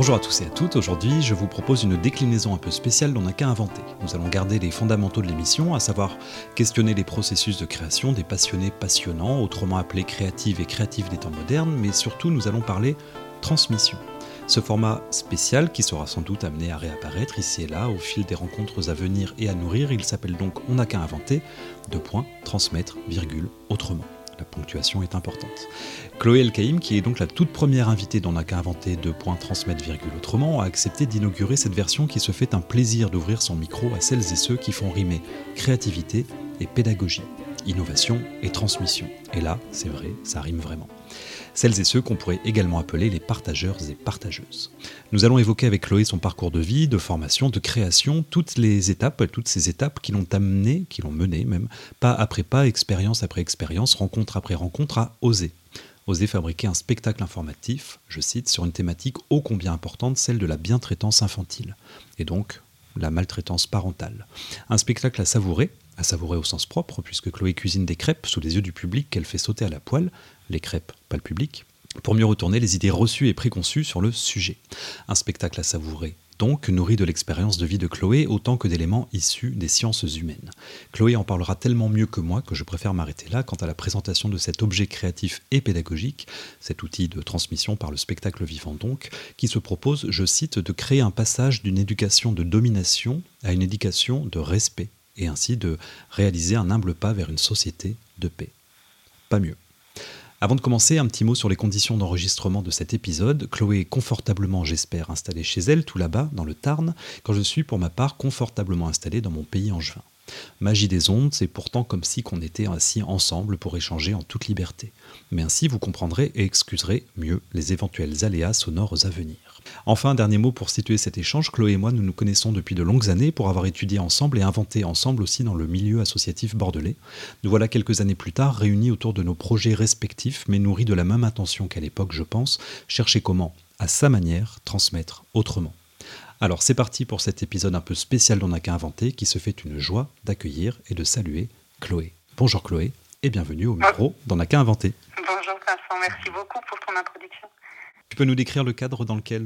Bonjour à tous et à toutes, aujourd'hui je vous propose une déclinaison un peu spéciale d'On n'a qu'à inventer. Nous allons garder les fondamentaux de l'émission, à savoir questionner les processus de création des passionnés passionnants, autrement appelés créatives et créatifs des temps modernes, mais surtout nous allons parler transmission. Ce format spécial, qui sera sans doute amené à réapparaître ici et là au fil des rencontres à venir et à nourrir, il s'appelle donc On n'a qu'à inventer, transmettre, autrement. La ponctuation est importante. Chloé Elkaïm, qui est donc la toute première invitée d'On n'a qu'à inventer, transmettre, autrement, a accepté d'inaugurer cette version qui se fait un plaisir d'ouvrir son micro à celles et ceux qui font rimer créativité et pédagogie, innovation et transmission. Et là, c'est vrai, ça rime vraiment. Celles et ceux qu'on pourrait également appeler les partageurs et partageuses. Nous allons évoquer avec Chloé son parcours de vie, de formation, de création, toutes ces étapes qui l'ont mené même, pas après pas, expérience après expérience, rencontre après rencontre, à oser fabriquer un spectacle informatif, je cite, sur une thématique ô combien importante, celle de la bientraitance infantile, et donc la maltraitance parentale. Un spectacle à savourer au sens propre, puisque Chloé cuisine des crêpes sous les yeux du public qu'elle fait sauter à la poêle, les crêpes, pas le public, pour mieux retourner les idées reçues et préconçues sur le sujet. Un spectacle à savourer, donc, nourri de l'expérience de vie de Chloé autant que d'éléments issus des sciences humaines. Chloé en parlera tellement mieux que moi que je préfère m'arrêter là quant à la présentation de cet objet créatif et pédagogique, cet outil de transmission par le spectacle vivant donc, qui se propose, je cite, de créer un passage d'une éducation de domination à une éducation de respect, et ainsi de réaliser un humble pas vers une société de paix. Pas mieux. Avant de commencer, un petit mot sur les conditions d'enregistrement de cet épisode. Chloé est confortablement, j'espère, installée chez elle, tout là-bas, dans le Tarn, quand je suis, pour ma part, confortablement installé dans mon pays angevin. Magie des ondes, c'est pourtant comme si qu'on était assis ensemble pour échanger en toute liberté. Mais ainsi, vous comprendrez et excuserez mieux les éventuels aléas sonores à venir. Enfin, dernier mot pour situer cet échange, Chloé et moi, nous nous connaissons depuis de longues années pour avoir étudié ensemble et inventé ensemble aussi dans le milieu associatif bordelais. Nous voilà quelques années plus tard réunis autour de nos projets respectifs, mais nourris de la même intention qu'à l'époque, je pense, chercher comment, à sa manière, transmettre autrement. Alors c'est parti pour cet épisode un peu spécial d'On n'a qu'à inventer, qui se fait une joie d'accueillir et de saluer Chloé. Bonjour Chloé, et bienvenue au micro d'On n'a qu'à inventer. Bonjour Vincent, merci beaucoup pour ton introduction. Tu peux nous décrire le cadre dans lequel...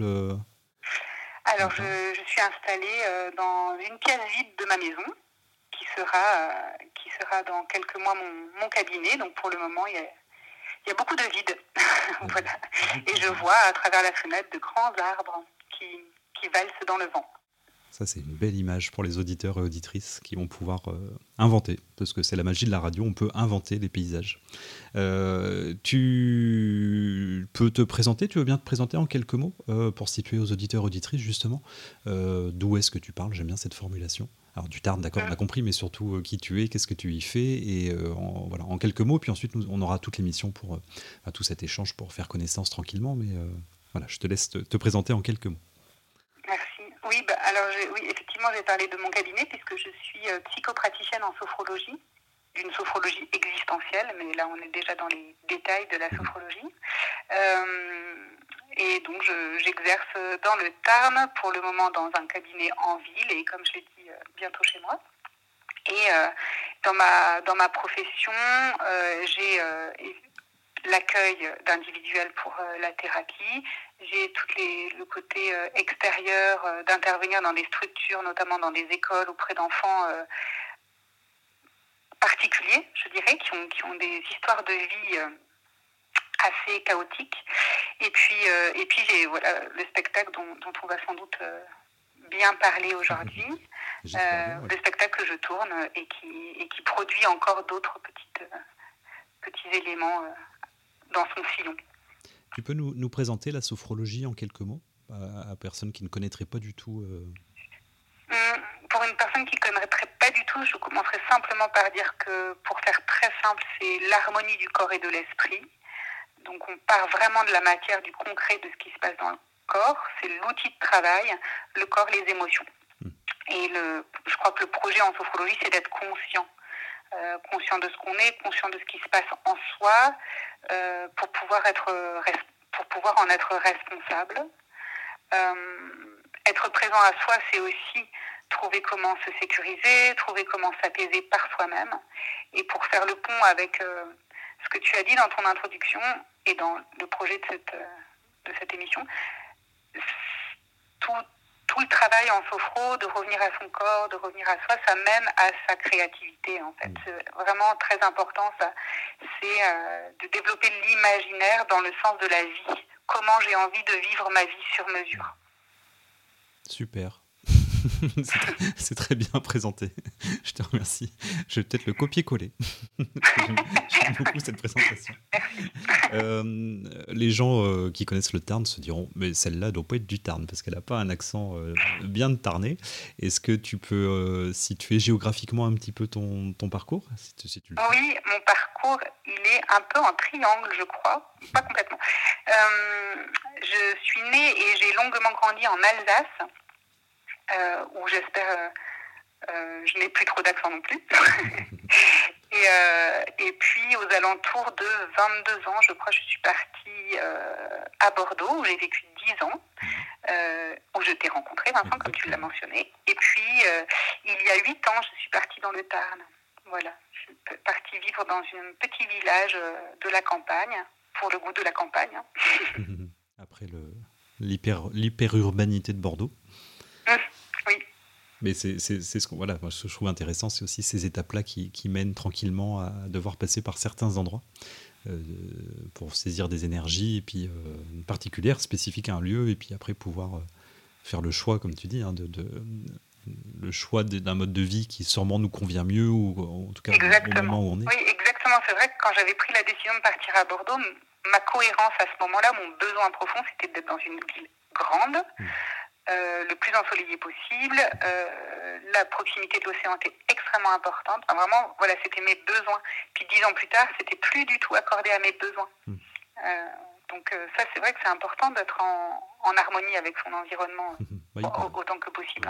Alors je suis installée dans une pièce vide de ma maison, qui sera dans quelques mois mon cabinet. Donc pour le moment, il y a beaucoup de vide. Voilà. Et je vois à travers la fenêtre de grands arbres qui valsent dans le vent. Ça, c'est une belle image pour les auditeurs et auditrices qui vont pouvoir inventer, parce que c'est la magie de la radio, on peut inventer les paysages. Tu peux te présenter, tu veux bien te présenter en quelques mots pour situer aux auditeurs et auditrices, justement, d'où est-ce que tu parles, j'aime bien cette formulation. Alors du Tarn, d'accord, on a compris, mais surtout qui tu es, qu'est-ce que tu y fais, et en quelques mots, puis ensuite on aura toute l'émission pour tout cet échange pour faire connaissance tranquillement, mais voilà, je te laisse te présenter en quelques mots. Merci. Oui, effectivement, j'ai parlé de mon cabinet puisque je suis psychopraticienne en sophrologie, une sophrologie existentielle, mais là on est déjà dans les détails de la sophrologie. Et donc j'exerce dans le Tarn, pour le moment dans un cabinet en ville et comme je l'ai dit, bientôt chez moi. Et dans ma profession, j'ai l'accueil d'individuels pour la thérapie. J'ai le côté extérieur d'intervenir dans des structures, notamment dans des écoles auprès d'enfants particuliers, je dirais, qui ont des histoires de vie assez chaotiques. Et puis j'ai le spectacle dont on va sans doute bien parler aujourd'hui. Le spectacle que je tourne et qui produit encore d'autres petits éléments dans son sillon. Tu peux nous présenter la sophrologie en quelques mots à personne qui ne connaîtrait pas du tout Pour une personne qui ne connaîtrait pas du tout, je commencerai simplement par dire que, pour faire très simple, c'est l'harmonie du corps et de l'esprit. Donc on part vraiment de la matière, du concret, de ce qui se passe dans le corps. C'est l'outil de travail, le corps, les émotions. Et je crois que le projet en sophrologie, c'est d'être conscient. Conscient de ce qu'on est, conscient de ce qui se passe en soi, pour pouvoir en être responsable. Être présent à soi, c'est aussi trouver comment se sécuriser, trouver comment s'apaiser par soi-même. Et pour faire le pont avec ce que tu as dit dans ton introduction et dans le projet de cette émission, tout le travail en sophro, de revenir à son corps, de revenir à soi, ça mène à sa créativité en fait. C'est vraiment très important ça. C'est de développer l'imaginaire dans le sens de la vie. Comment j'ai envie de vivre ma vie sur mesure. Super. C'est très bien présenté. Je te remercie. Je vais peut-être le copier-coller. J'aime beaucoup cette présentation. Les gens qui connaissent le Tarn se diront mais celle-là ne doit pas être du Tarn parce qu'elle n'a pas un accent bien de Tarnais. Est-ce que tu peux situer géographiquement un petit peu ton parcours si tu le fais. Oui, mon parcours, il est un peu en triangle, je crois. Pas complètement. Je suis née et j'ai longuement grandi en Alsace. Où j'espère je n'ai plus trop d'accent non plus. et puis aux alentours de 22 ans, je crois, je suis partie à Bordeaux, où j'ai vécu 10 ans, où je t'ai rencontré, Vincent, comme tu l'as mentionné. Et puis, il y a 8 ans, je suis partie dans le Tarn. Voilà, je suis partie vivre dans un petit village de la campagne, pour le goût de la campagne. Après l'hyperurbanité de Bordeaux. Oui. Mais c'est ce qu'on moi, je trouve intéressant, c'est aussi ces étapes-là qui mènent tranquillement à devoir passer par certains endroits pour saisir des énergies et puis particulières, spécifiques à un lieu, et puis après pouvoir faire le choix, comme tu dis, le choix d'un mode de vie qui sûrement nous convient mieux, ou en tout cas au moment où on est. Oui, exactement. C'est vrai que quand j'avais pris la décision de partir à Bordeaux, ma cohérence à ce moment-là, mon besoin profond, c'était d'être dans une ville grande, le plus ensoleillé possible. La proximité de l'océan était extrêmement importante. Enfin, vraiment, voilà, c'était mes besoins. Puis 10 ans plus tard, c'était plus du tout accordé à mes besoins. Donc ça, c'est vrai que c'est important d'être en harmonie avec son environnement autant que possible.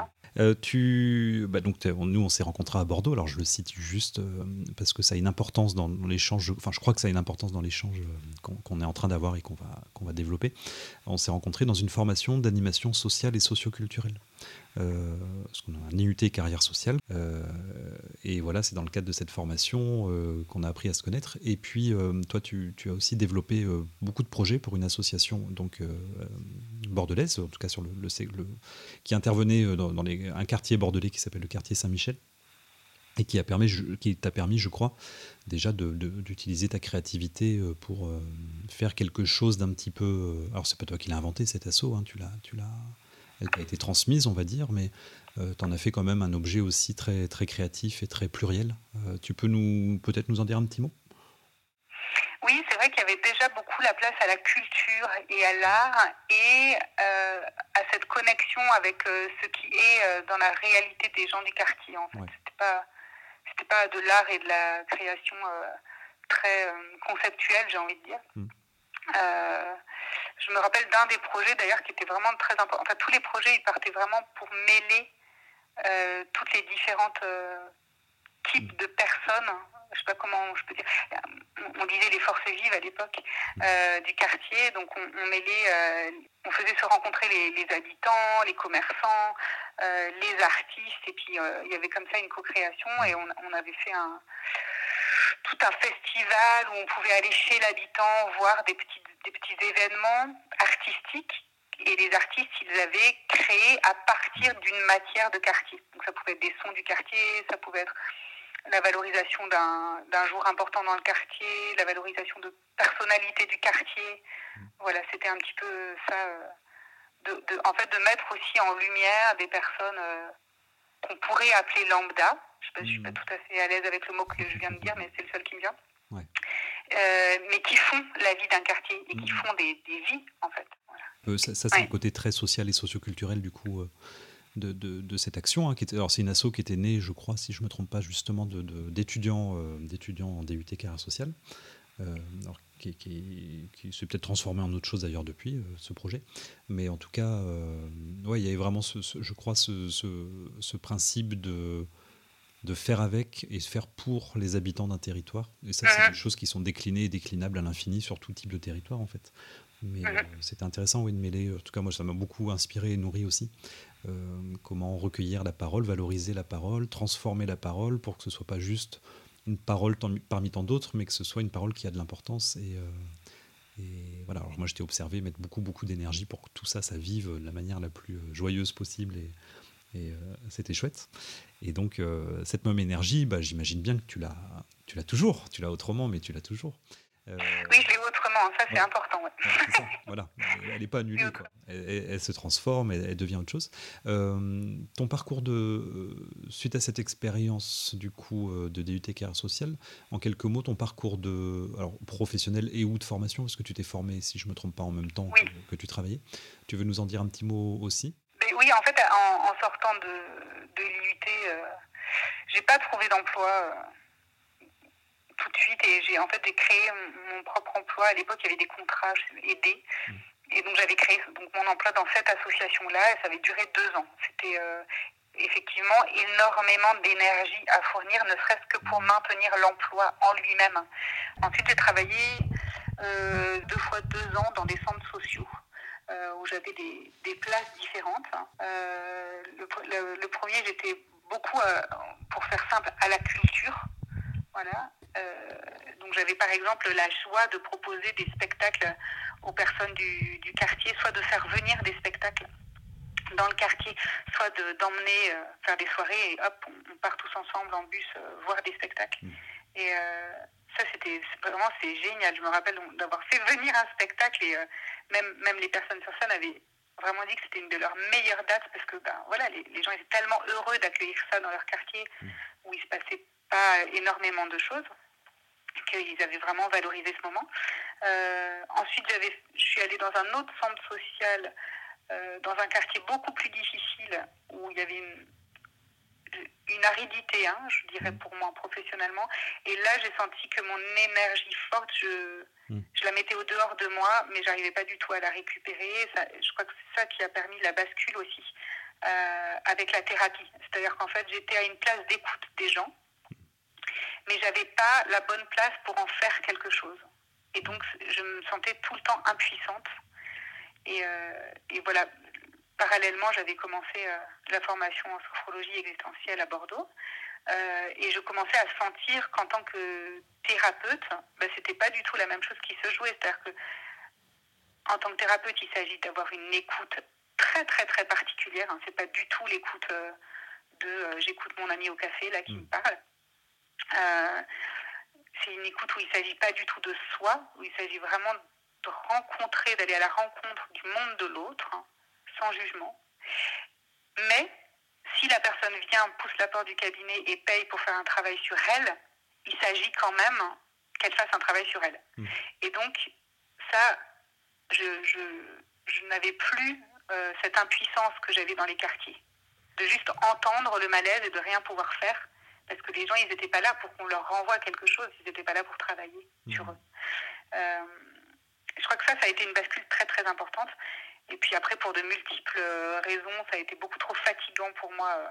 Nous, on s'est rencontrés à Bordeaux. Alors, je le cite juste parce que ça a une importance dans l'échange. Enfin, je crois que ça a une importance dans l'échange qu'on est en train d'avoir et qu'on va développer. On s'est rencontrés dans une formation d'animation sociale et socioculturelle. Parce qu'on a un IUT carrière sociale. Et voilà, c'est dans le cadre de cette formation qu'on a appris à se connaître. Et puis, toi, tu as aussi développé beaucoup de projets pour une association bordelaise, en tout cas qui intervenait dans un quartier bordelais qui s'appelle le quartier Saint-Michel, et qui t'a permis, je crois, déjà d'utiliser ta créativité pour faire quelque chose d'un petit peu... alors, c'est pas toi qui l'as inventé, cet asso, hein, elle t'a été transmise, on va dire, mais t'en as fait quand même un objet aussi très, très créatif et très pluriel. Tu peux peut-être nous en dire un petit mot ? Oui, c'est vrai qu'il y avait déjà beaucoup la place à la culture et à l'art et à cette connexion avec ce qui est dans la réalité des gens du quartier. En fait, c'était pas de l'art et de la création très conceptuelle, j'ai envie de dire. Je me rappelle d'un des projets d'ailleurs qui était vraiment très important. Enfin, tous les projets ils partaient vraiment pour mêler toutes les différentes types de personnes. Je sais pas comment je peux dire. On disait les forces vives à l'époque du quartier. Donc on mêlait, on faisait se rencontrer les habitants, les commerçants, les artistes. Et puis il y avait comme ça une co-création et on avait fait tout un festival où on pouvait aller chez l'habitant voir des petits événements artistiques. Et les artistes, ils avaient créé à partir d'une matière de quartier. Donc ça pouvait être des sons du quartier, ça pouvait être la valorisation d'un jour important dans le quartier, la valorisation de personnalités du quartier. Voilà, c'était un petit peu ça, en fait, de mettre aussi en lumière des personnes qu'on pourrait appeler lambda. Je ne suis pas tout à fait à l'aise avec le mot que je viens de dire, mais c'est le seul qui me vient. Ouais. Mais qui font la vie d'un quartier et qui font des vies, en fait. Voilà. Ça c'est le côté très social et socioculturel, du coup, de cette action. Hein, alors, c'est une asso qui était née, je crois, si je ne me trompe pas, justement, d'étudiants en DUT carrière sociale. Alors, qui s'est peut-être transformé en autre chose, d'ailleurs, depuis ce projet. Mais en tout cas, il y avait vraiment, je crois, ce principe de faire avec et faire pour les habitants d'un territoire. Et ça, c'est des choses qui sont déclinées et déclinables à l'infini sur tout type de territoire, en fait. Mais c'était intéressant de mêler. En tout cas, moi, ça m'a beaucoup inspiré et nourri aussi. Comment recueillir la parole, valoriser la parole, transformer la parole pour que ce ne soit pas juste une parole parmi tant d'autres, mais que ce soit une parole qui a de l'importance Et voilà, alors moi je t'ai observé mettre beaucoup d'énergie pour que tout ça, ça vive de la manière la plus joyeuse possible et c'était chouette. Et donc cette même énergie, bah, j'imagine bien que tu l'as toujours, tu l'as autrement, mais tu l'as toujours. Oui, je l'ai autrement, ça c'est Ouais. important. Ouais. Ouais, c'est ça, voilà. Elle n'est pas annulée, quoi. Elle se transforme, elle devient autre chose. Ton parcours suite à cette expérience du coup de DUT carrière sociale, en quelques mots, ton parcours alors, professionnel et ou de formation, parce que tu t'es formé, si je me trompe pas, en même temps Oui. que tu travaillais. Tu veux nous en dire un petit mot aussi? Mais oui, en fait, en sortant de l'IUT, j'ai pas trouvé d'emploi tout de suite et j'ai créé mon propre emploi. À l'époque, il y avait des contrats aidés. Et donc j'avais créé mon emploi dans cette association-là et ça avait duré 2 ans. C'était effectivement énormément d'énergie à fournir, ne serait-ce que pour maintenir l'emploi en lui-même. Ensuite, j'ai travaillé 2 fois 2 ans dans des centres sociaux où j'avais des places différentes. Le premier, j'étais beaucoup, pour faire simple, à la culture. Voilà. Donc j'avais par exemple la joie de proposer des spectacles aux personnes du quartier, soit de faire venir des spectacles dans le quartier, soit d'emmener faire des soirées et hop, on part tous ensemble en bus voir des spectacles. Et ça, c'est génial. Je me rappelle d'avoir fait venir un spectacle et même les personnes sur scène avaient vraiment dit que c'était une de leurs meilleures dates parce que voilà, les gens étaient tellement heureux d'accueillir ça dans leur quartier où il se passait pas énormément de choses qu'ils avaient vraiment valorisé ce moment. Ensuite, je suis allée dans un autre centre social, dans un quartier beaucoup plus difficile, où il y avait une aridité, je dirais pour moi professionnellement. Et là, j'ai senti que mon énergie forte, je la mettais au dehors de moi, mais j'arrivais pas du tout à la récupérer. Je crois que c'est ça qui a permis la bascule aussi, avec la thérapie. C'est-à-dire qu'en fait, j'étais à une place d'écoute des gens, mais j'avais pas la bonne place pour en faire quelque chose. Et donc, je me sentais tout le temps impuissante. Et voilà, parallèlement, j'avais commencé la formation en sophrologie existentielle à Bordeaux. Et je commençais à sentir qu'en tant que thérapeute, c'était pas du tout la même chose qui se jouait. C'est-à-dire que en tant que thérapeute, il s'agit d'avoir une écoute très très très particulière. C'est pas du tout l'écoute j'écoute mon ami au café là qui me parle. C'est une écoute où il ne s'agit pas du tout de soi, où il s'agit vraiment de rencontrer, d'aller à la rencontre du monde de l'autre, sans jugement. Mais si la personne vient, pousse la porte du cabinet et paye pour faire un travail sur elle, il s'agit quand même qu'elle fasse un travail sur elle. Et donc, ça, je n'avais plus cette impuissance que j'avais dans les quartiers, de juste entendre le malaise et de rien pouvoir faire. Parce que les gens, ils n'étaient pas là pour qu'on leur renvoie quelque chose, ils n'étaient pas là pour travailler sur eux. Je crois que ça a été une bascule très très importante. Et puis après, pour de multiples raisons, ça a été beaucoup trop fatigant pour moi.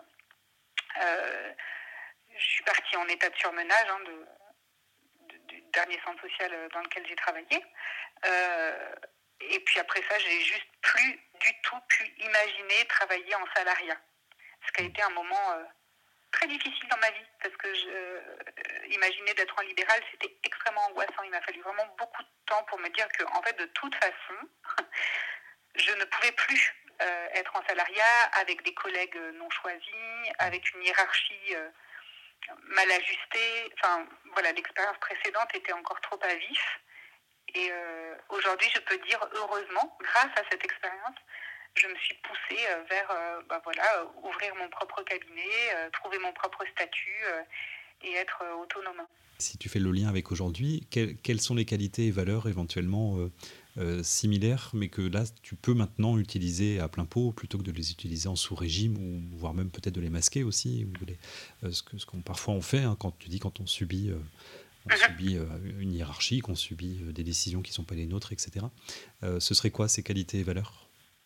Je suis partie en état de surmenage du dernier centre social dans lequel j'ai travaillé. Et puis après ça, j'ai juste plus du tout pu imaginer travailler en salariat. Ce qui a été un moment très difficile dans ma vie, parce que imaginer d'être en libéral, c'était extrêmement angoissant. Il m'a fallu vraiment beaucoup de temps pour me dire que, en fait, de toute façon, je ne pouvais plus être en salariat avec des collègues non choisis, avec une hiérarchie mal ajustée. Enfin, voilà, l'expérience précédente était encore trop à vif. Et aujourd'hui, je peux dire, heureusement, grâce à cette expérience, je me suis poussée vers ouvrir mon propre cabinet, trouver mon propre statut et être autonome. Si tu fais le lien avec aujourd'hui, quelles sont les qualités et valeurs éventuellement similaires, mais que là tu peux maintenant utiliser à plein pot plutôt que de les utiliser en sous-régime, ou voire même peut-être de les masquer aussi, ou ce qu'on parfois on fait quand on subit une hiérarchie, qu'on subit des décisions qui ne sont pas les nôtres, etc. Ce serait quoi ces qualités et valeurs ?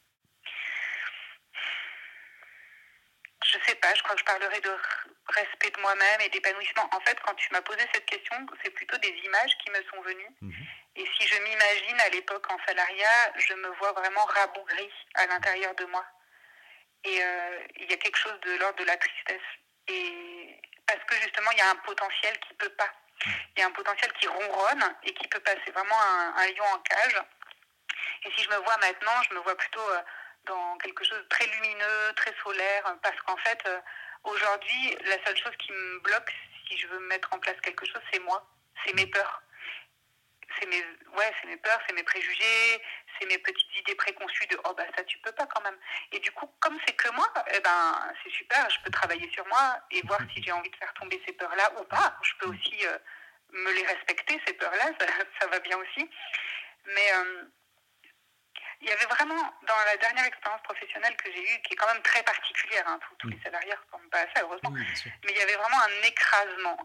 Je sais pas, je crois que je parlerai de respect de moi-même et d'épanouissement. En fait, quand tu m'as posé cette question, c'est plutôt des images qui me sont venues. Et si je m'imagine à l'époque en salariat, je me vois vraiment rabougrie à l'intérieur de moi. Et il y a quelque chose de l'ordre de la tristesse. Et parce que justement, il y a un potentiel qui peut pas. il y a un potentiel qui ronronne et qui peut passer vraiment un lion en cage. Et si je me vois maintenant, je me vois plutôt dans quelque chose de très lumineux, très solaire, parce qu'en fait, aujourd'hui, la seule chose qui me bloque, si je veux mettre en place quelque chose, c'est moi, c'est mes peurs. C'est mes peurs, c'est mes préjugés, c'est mes petites idées préconçues de oh bah ça tu peux pas quand même. Et du coup, comme c'est que moi, eh ben c'est super, je peux travailler sur moi et voir si j'ai envie de faire tomber ces peurs-là ou pas. Je peux aussi me les respecter, ces peurs-là, ça va bien aussi. Mais il y avait vraiment, dans la dernière expérience professionnelle que j'ai eue, qui est quand même très particulière, hein, tous les salariés ne ressemblent pas à ça, heureusement, mais il y avait vraiment un écrasement.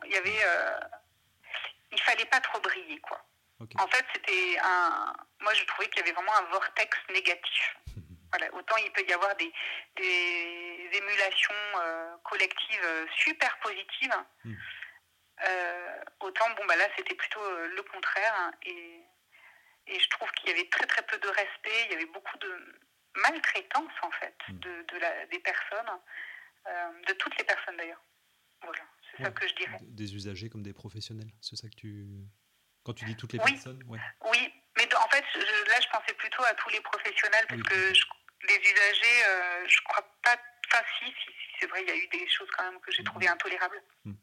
Il fallait pas trop briller, quoi. Okay. En fait, moi, je trouvais qu'il y avait vraiment un vortex négatif. Voilà. Autant il peut y avoir des émulations collectives super positives, autant, là, c'était plutôt le contraire. Hein, et je trouve qu'il y avait très, très peu de respect. Il y avait beaucoup de maltraitance, en fait, des personnes, de toutes les personnes, d'ailleurs. Voilà, c'est ça que je dirais. Des usagers comme des professionnels, c'est ça que tu... Quand tu dis toutes les personnes, Oui, mais en fait, là, je pensais plutôt à tous les professionnels, parce que les usagers, je crois pas... Enfin, si, c'est vrai, il y a eu des choses quand même que j'ai trouvées intolérables.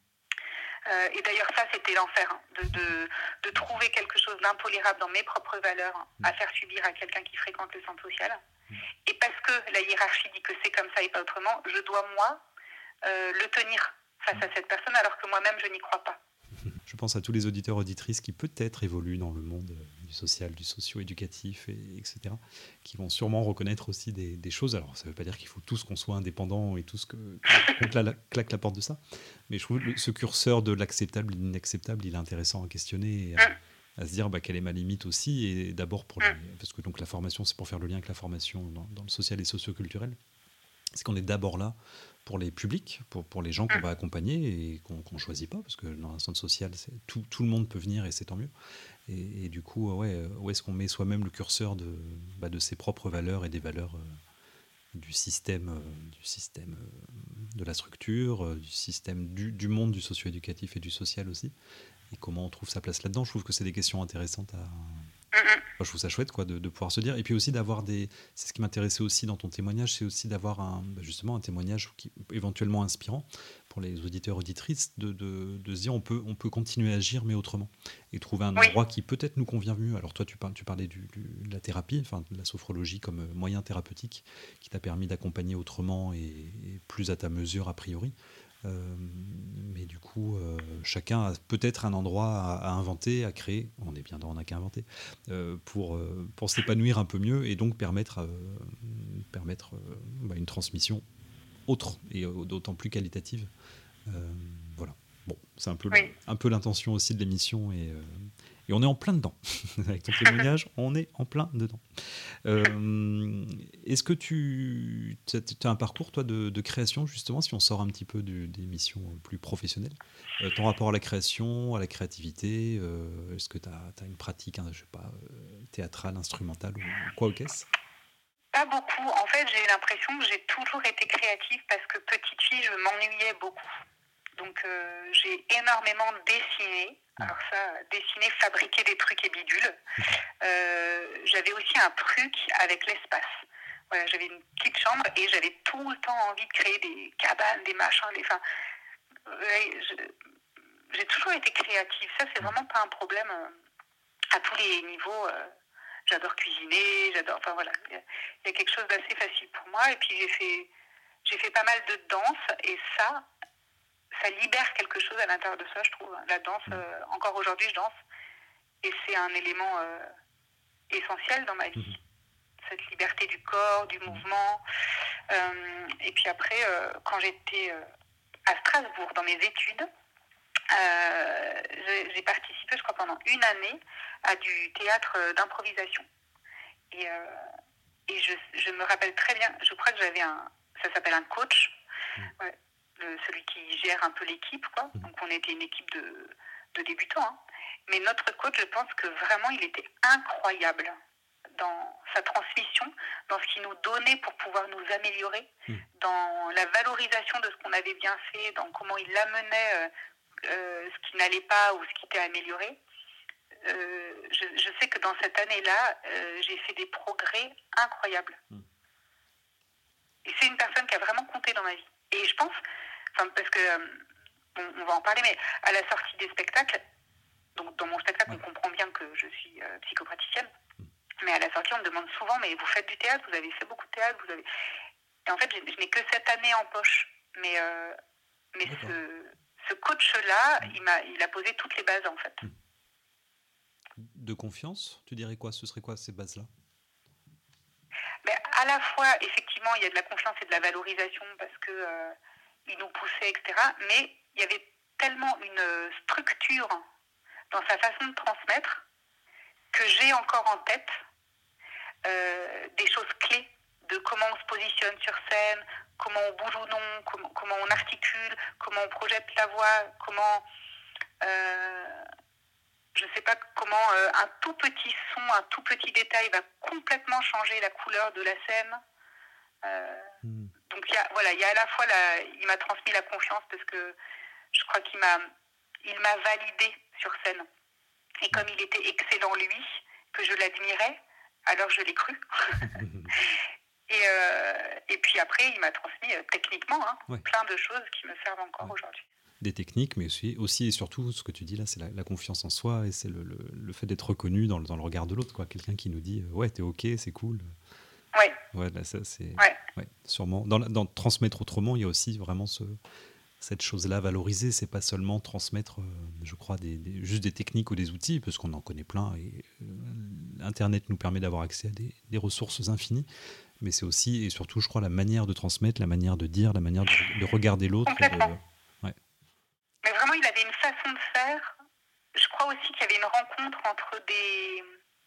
Et d'ailleurs, ça, c'était l'enfer, hein, de trouver quelque chose d'intolérable dans mes propres valeurs à faire subir à quelqu'un qui fréquente le centre social. Et parce que la hiérarchie dit que c'est comme ça et pas autrement, je dois, moi, le tenir face à cette personne, alors que moi-même, je n'y crois pas. Je pense à tous les auditeurs auditrices qui peut-être évoluent dans le monde du social, du socio-éducatif, etc., qui vont sûrement reconnaître aussi des choses. Alors, ça ne veut pas dire qu'il faut tous qu'on soit indépendants et tous qu'on claque la porte de ça, mais je trouve que ce curseur de l'acceptable et de l'inacceptable, il est intéressant à questionner et à se dire quelle est ma limite aussi, et d'abord parce que donc, la formation, c'est pour faire le lien avec la formation dans le social et socio-culturel, c'est qu'on est d'abord là pour les publics, pour les gens qu'on va accompagner et qu'on ne choisit pas, parce que dans un centre social, tout le monde peut venir et c'est tant mieux. Et du coup, où est-ce qu'on met soi-même le curseur de ses propres valeurs et des valeurs du système de la structure, du système du monde du socio-éducatif et du social aussi, et comment on trouve sa place là-dedans. Je trouve que c'est des questions intéressantes je trouve ça chouette de pouvoir se dire, et puis aussi d'avoir c'est ce qui m'intéressait aussi dans ton témoignage, c'est aussi d'avoir justement un témoignage éventuellement inspirant pour les auditeurs auditrices, de se dire on peut continuer à agir mais autrement, et trouver un endroit qui peut-être nous convient mieux. Alors toi tu parlais de la thérapie, enfin de la sophrologie comme moyen thérapeutique qui t'a permis d'accompagner autrement et plus à ta mesure a priori. Mais du coup, chacun a peut-être un endroit à inventer, à créer. On est bien dans on n'a qu'à inventer pour s'épanouir un peu mieux et donc permettre une transmission autre et d'autant plus qualitative. Voilà. Bon, c'est un peu l'intention aussi de l'émission et on est en plein dedans. Avec ton témoignage, on est en plein dedans. Est-ce que tu as un parcours, toi, de création, justement, si on sort un petit peu des missions plus professionnelles, ton rapport à la création, à la créativité, est-ce que tu as une pratique, je sais pas, théâtrale, instrumentale ou quoi qu'est-ce ? Pas beaucoup. En fait, j'ai l'impression que j'ai toujours été créative parce que petite fille, je m'ennuyais beaucoup. Donc, j'ai énormément dessiné. Alors ça, dessiner, fabriquer des trucs et bidules. J'avais aussi un truc avec l'espace. Voilà, j'avais une petite chambre et j'avais tout le temps envie de créer des cabanes, des machins. J'ai toujours été créative. Ça, c'est vraiment pas un problème à tous les niveaux. J'adore cuisiner, enfin voilà. Il y a quelque chose d'assez facile pour moi. Et puis j'ai fait pas mal de danse et ça libère quelque chose à l'intérieur de ça, je trouve. La danse, encore aujourd'hui, je danse. Et c'est un élément essentiel dans ma vie. Cette liberté du corps, du mouvement. Et puis après, quand j'étais à Strasbourg, dans mes études, j'ai participé, je crois, pendant une année à du théâtre d'improvisation. Et je me rappelle très bien, je crois que j'avais ça s'appelle un coach. Ouais. Celui qui gère un peu l'équipe, quoi. Donc on était une équipe de débutants, hein. Mais notre coach, je pense que vraiment il était incroyable dans sa transmission, dans ce qu'il nous donnait pour pouvoir nous améliorer, dans la valorisation de ce qu'on avait bien fait, dans comment il l'amenait ce qui n'allait pas ou ce qui était amélioré. Je sais que dans cette année-là, j'ai fait des progrès incroyables. Et c'est une personne qui a vraiment compté dans ma vie. Et je pense, parce que, on va en parler, mais à la sortie des spectacles, donc dans mon spectacle, on comprend bien que je suis psychopraticienne, mais à la sortie, on me demande souvent, mais vous faites du théâtre, vous avez fait beaucoup de théâtre, vous avez... Et en fait, je n'ai que cette année en poche. Mais ce coach-là, il a posé toutes les bases, en fait. De confiance, tu dirais quoi? Ce serait quoi ces bases-là? Mais à la fois, effectivement, il y a de la confiance et de la valorisation parce que il nous poussait, etc. Mais il y avait tellement une structure dans sa façon de transmettre que j'ai encore en tête des choses clés de comment on se positionne sur scène, comment on bouge ou non, comment on articule, comment on projette la voix, comment... je ne sais pas comment un tout petit son, un tout petit détail va complètement changer la couleur de la scène. Donc il y a à la fois il m'a transmis la confiance parce que je crois qu'il m'a validé sur scène. Et comme il était excellent lui, que je l'admirais, alors je l'ai cru. Et puis après, il m'a transmis techniquement plein de choses qui me servent encore aujourd'hui. Des techniques, mais aussi et surtout, ce que tu dis là, c'est la confiance en soi et c'est le fait d'être reconnu dans le regard de l'autre, quoi. Quelqu'un qui nous dit ouais, t'es ok, c'est cool. Ouais, là, ça, c'est sûrement. Dans transmettre autrement, il y a aussi vraiment cette chose-là, valoriser. C'est pas seulement transmettre, je crois, juste des techniques ou des outils, parce qu'on en connaît plein et Internet nous permet d'avoir accès à des ressources infinies. Mais c'est aussi et surtout, je crois, la manière de transmettre, la manière de dire, la manière de regarder l'autre. Mais vraiment, il avait une façon de faire. Je crois aussi qu'il y avait une rencontre entre des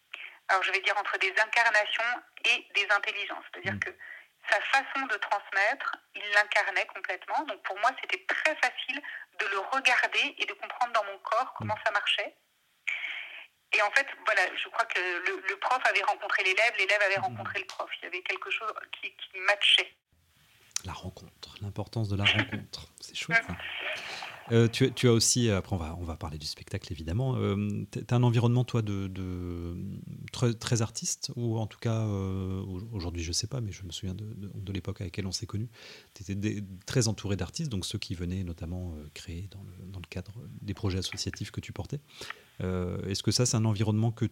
incarnations et des intelligences. C'est-à-dire que sa façon de transmettre, il l'incarnait complètement. Donc pour moi, c'était très facile de le regarder et de comprendre dans mon corps comment ça marchait. Et en fait, voilà, je crois que le prof avait rencontré l'élève avait rencontré le prof. Il y avait quelque chose qui matchait. La rencontre, l'importance de la rencontre. C'est chouette, ça. Tu as aussi, après on va parler du spectacle évidemment, tu as un environnement toi très artiste, ou en tout cas aujourd'hui je sais pas, mais je me souviens de l'époque à laquelle on s'est connus, tu étais très entouré d'artistes, donc ceux qui venaient notamment créer dans le cadre des projets associatifs que tu portais. Est-ce que ça c'est un environnement que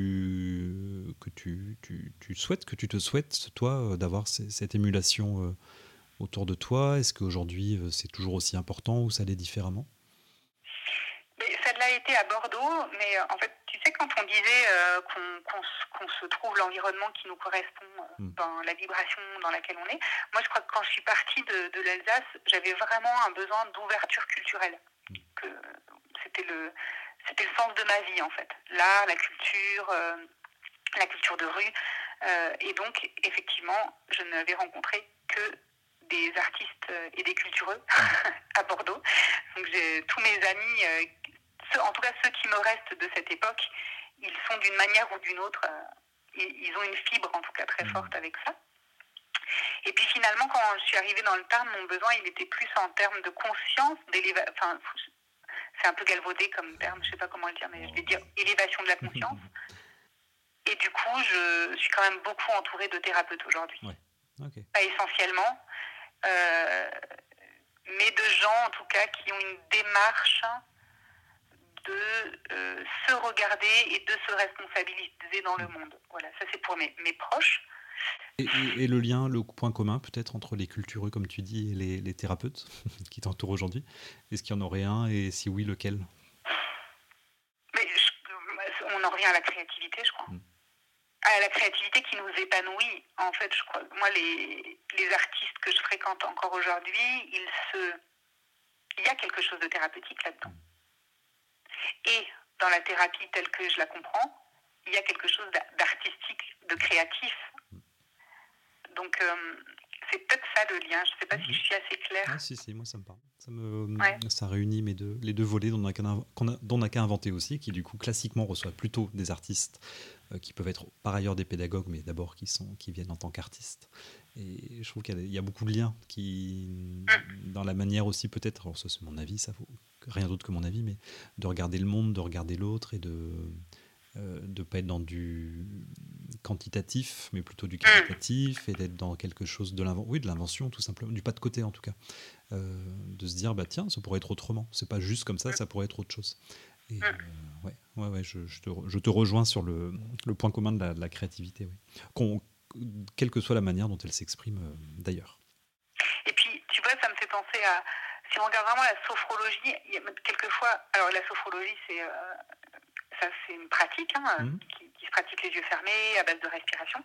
tu souhaites, que tu te souhaites toi, d'avoir cette émulation autour de toi? Est-ce qu'aujourd'hui c'est toujours aussi important ou ça l'est différemment? Mais ça l'a été à Bordeaux, mais en fait, tu sais, quand on disait qu'on se trouve l'environnement qui nous correspond dans la vibration dans laquelle on est, moi je crois que quand je suis partie de l'Alsace, j'avais vraiment un besoin d'ouverture culturelle. C'était le sens de ma vie en fait. L'art, la culture de rue. Et donc, effectivement, je n'avais rencontré que des artistes et des cultureux à Bordeaux. Donc j'ai tous mes amis, en tout cas ceux qui me restent de cette époque, ils sont d'une manière ou d'une autre, ils ont une fibre en tout cas très forte avec ça. Et puis finalement, quand je suis arrivée dans le Tarn, mon besoin il était plus en termes de conscience, enfin c'est un peu galvaudé comme terme, je sais pas comment le dire, mais je vais dire élévation de la conscience. Et du coup, je suis quand même beaucoup entourée de thérapeutes aujourd'hui. Pas essentiellement, mais de gens en tout cas qui ont une démarche de se regarder et de se responsabiliser dans le monde. Voilà, ça c'est pour mes proches. Et le lien, le point commun peut-être entre les cultureux comme tu dis et les thérapeutes qui t'entourent aujourd'hui, est-ce qu'il y en aurait un et si oui, lequel? Mais on en revient à la créativité, je crois. À la créativité qui nous épanouit. En fait, je crois, moi, les artistes que je fréquente encore aujourd'hui, il y a quelque chose de thérapeutique là-dedans. Et dans la thérapie telle que je la comprends, il y a quelque chose d'artistique, de créatif. Donc, c'est peut-être ça le lien. Je ne sais pas si je suis assez claire. Ah, si, moi ça me parle. Ça réunit les deux volets dont on n'a qu'à inventer aussi, qui du coup classiquement reçoit plutôt des artistes qui peuvent être par ailleurs des pédagogues, mais d'abord qui viennent en tant qu'artistes. Et je trouve qu'il y a beaucoup de liens dans la manière aussi peut-être, alors ça c'est mon avis, ça vaut rien d'autre que mon avis, mais de regarder le monde, de regarder l'autre et de pas être dans du quantitatif, mais plutôt du qualitatif, et d'être dans quelque chose de l'invention, tout simplement, du pas de côté en tout cas. De se dire, tiens, ça pourrait être autrement. C'est pas juste comme ça pourrait être autre chose. Et je te rejoins sur le point commun de la créativité, quelle que soit la manière dont elle s'exprime d'ailleurs. Et puis, tu vois, ça me fait penser à, si on regarde vraiment la sophrologie, il y a quelquefois, alors la sophrologie, c'est une pratique qui se pratique les yeux fermés, à base de respiration.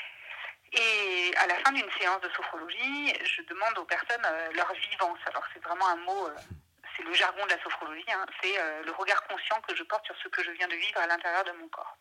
Et à la fin d'une séance de sophrologie, je demande aux personnes leur vivance. Alors c'est vraiment un mot, c'est le jargon de la sophrologie, c'est le regard conscient que je porte sur ce que je viens de vivre à l'intérieur de mon corps.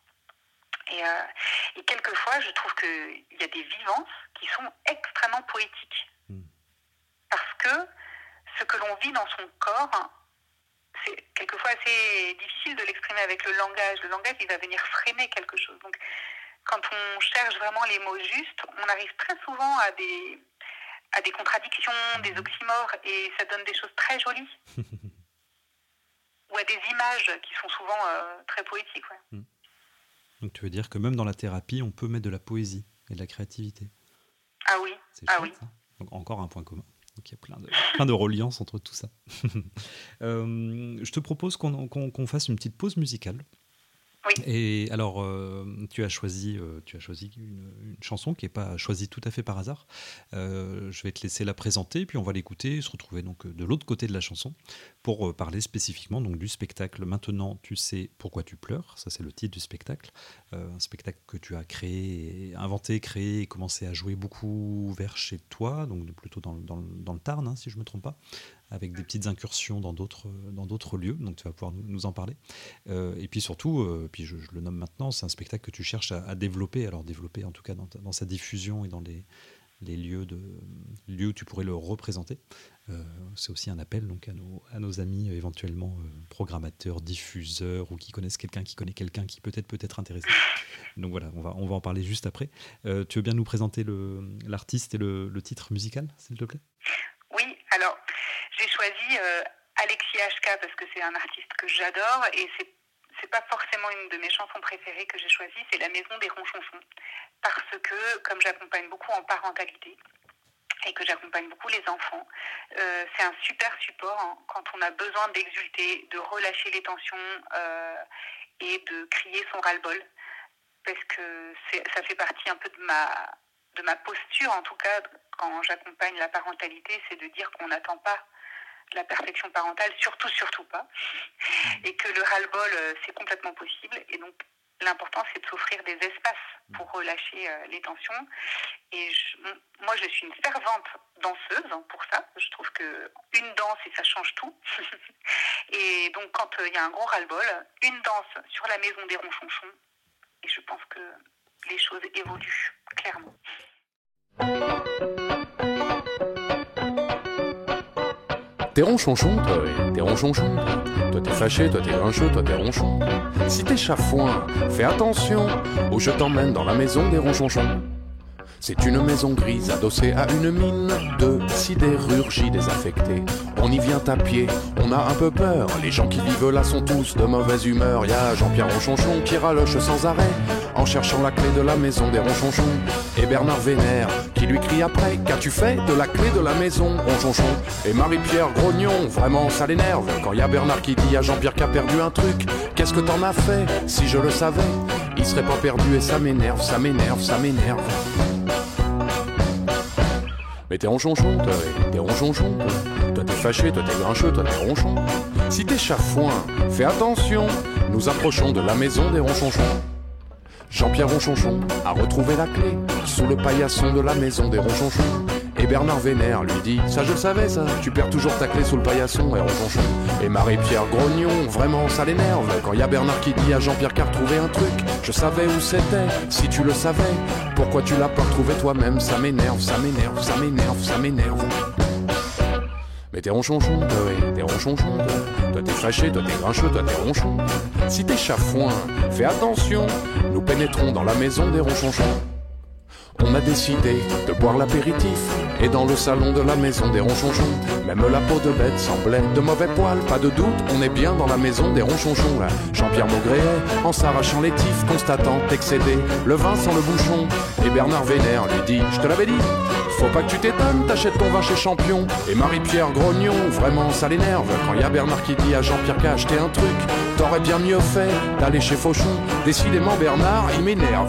Et quelquefois, je trouve qu'il y a des vivances qui sont extrêmement poétiques. Parce que ce que l'on vit dans son corps, c'est quelquefois assez difficile de l'exprimer avec le langage. Le langage, il va venir freiner quelque chose. Donc, quand on cherche vraiment les mots justes, on arrive très souvent à des contradictions, des oxymores, et ça donne des choses très jolies. Ou à des images qui sont souvent très poétiques. Ouais. Donc tu veux dire que même dans la thérapie, on peut mettre de la poésie et de la créativité. Ah oui. C'est chouette, ça. Donc encore un point commun. Donc il y a plein de reliances entre tout ça. Je te propose qu'on fasse une petite pause musicale. Oui. Et alors, tu as choisi une chanson qui n'est pas choisie tout à fait par hasard. Je vais te laisser la présenter, puis on va l'écouter et se retrouver donc de l'autre côté de la chanson pour parler spécifiquement donc, du spectacle. Maintenant, tu sais pourquoi tu pleures. Ça, c'est le titre du spectacle. Un spectacle que tu as inventé, créé et commencé à jouer beaucoup vers chez toi, donc plutôt dans le Tarn, si je ne me trompe pas, avec des petites incursions dans d'autres lieux, donc tu vas pouvoir nous en parler. Et puis surtout, puis je le nomme maintenant, c'est un spectacle que tu cherches à développer, alors développer en tout cas dans sa diffusion et dans les lieux où tu pourrais le représenter. C'est aussi un appel donc, à nos amis éventuellement programmateurs, diffuseurs, ou qui connaissent quelqu'un qui connaît quelqu'un qui peut être intéressé. Donc voilà, on va en parler juste après. Tu veux bien nous présenter l'artiste et le titre musical, s'il te plaît ? Oui, alors j'ai choisi Alexis HK parce que c'est un artiste que j'adore et c'est pas forcément une de mes chansons préférées que j'ai choisie, c'est La Maison des Ronchonchons. Parce que, comme j'accompagne beaucoup en parentalité et que j'accompagne beaucoup les enfants, c'est un super support quand on a besoin d'exulter, de relâcher les tensions et de crier son ras-le-bol. Parce que ça fait partie un peu de ma posture, en tout cas, quand j'accompagne la parentalité, c'est de dire qu'on n'attend pas la perfection parentale, surtout pas, et que le ras-le-bol, c'est complètement possible, et donc l'important, c'est de s'offrir des espaces pour relâcher les tensions, et moi, je suis une fervente danseuse pour ça, je trouve qu'une danse, et ça change tout, et donc quand il y a un gros ras-le-bol, une danse sur la maison des ronchonchons, et je pense que les choses évoluent, clairement. T'es ronchonchon, toi, t'es ronchonchon. Toi t'es fâché, toi t'es grincheux, toi t'es ronchon. Si t'es chafouin, fais attention, ou je t'emmène dans la maison des ronchonchons. C'est une maison grise adossée à une mine de sidérurgie désaffectée. On y vient à pied, on a un peu peur. Les gens qui vivent là sont tous de mauvaise humeur. Y'a Jean-Pierre Ronchonchon qui raloche sans arrêt en cherchant la clé de la maison des Ronchonchons. Et Bernard Vénère qui lui crie après: qu'as-tu fait de la clé de la maison, Ronchonchon? Et Marie-Pierre Grognon, vraiment ça l'énerve quand y a Bernard qui dit à Jean-Pierre qu'a perdu un truc. Qu'est-ce que t'en as fait? Si je le savais, il serait pas perdu. Et ça m'énerve, ça m'énerve, ça m'énerve. Mais t'es ronchonchon, toi, t'es ronchonchon, toi t'es fâché, toi t'es grincheux, toi t'es ronchon. Si t'es chafouin, fais attention, nous approchons de la maison des ronchonchons. Jean-Pierre Ronchonchon a retrouvé la clé sous le paillasson de la maison des ronchonchons. Et Bernard Vénère lui dit: ça je le savais ça, tu perds toujours ta clé sous le paillasson, et ronchonchon. Et Marie-Pierre Grognon, vraiment ça l'énerve quand y a Bernard qui dit à Jean-Pierre qu'a retrouvé un truc. Je savais où c'était, si tu le savais, pourquoi tu l'as pas retrouvé toi-même? Ça m'énerve, ça m'énerve, ça m'énerve, ça m'énerve. Mais t'es ronchonchon, toi, t'es ronchonchon, toi t'es fâché, toi t'es grincheux, toi t'es ronchon. Si t'es chafouin, fais attention, nous pénétrons dans la maison des ronchonchons. On a décidé de boire l'apéritif, et dans le salon de la maison des ronchonchons, même la peau de bête semblait de mauvais poils. Pas de doute, on est bien dans la maison des ronchonchons. Là, Jean-Pierre Maugréet, en s'arrachant les tifs, constatant excédé le vin sans le bouchon. Et Bernard Vénère lui dit, je te l'avais dit, faut pas que tu t'étonnes, t'achètes ton vin chez Champion. Et Marie-Pierre Grognon, vraiment ça l'énerve, quand y a Bernard qui dit à Jean-Pierre qu'a acheté un truc, t'aurais bien mieux fait d'aller chez Fauchon. Décidément Bernard, il m'énerve.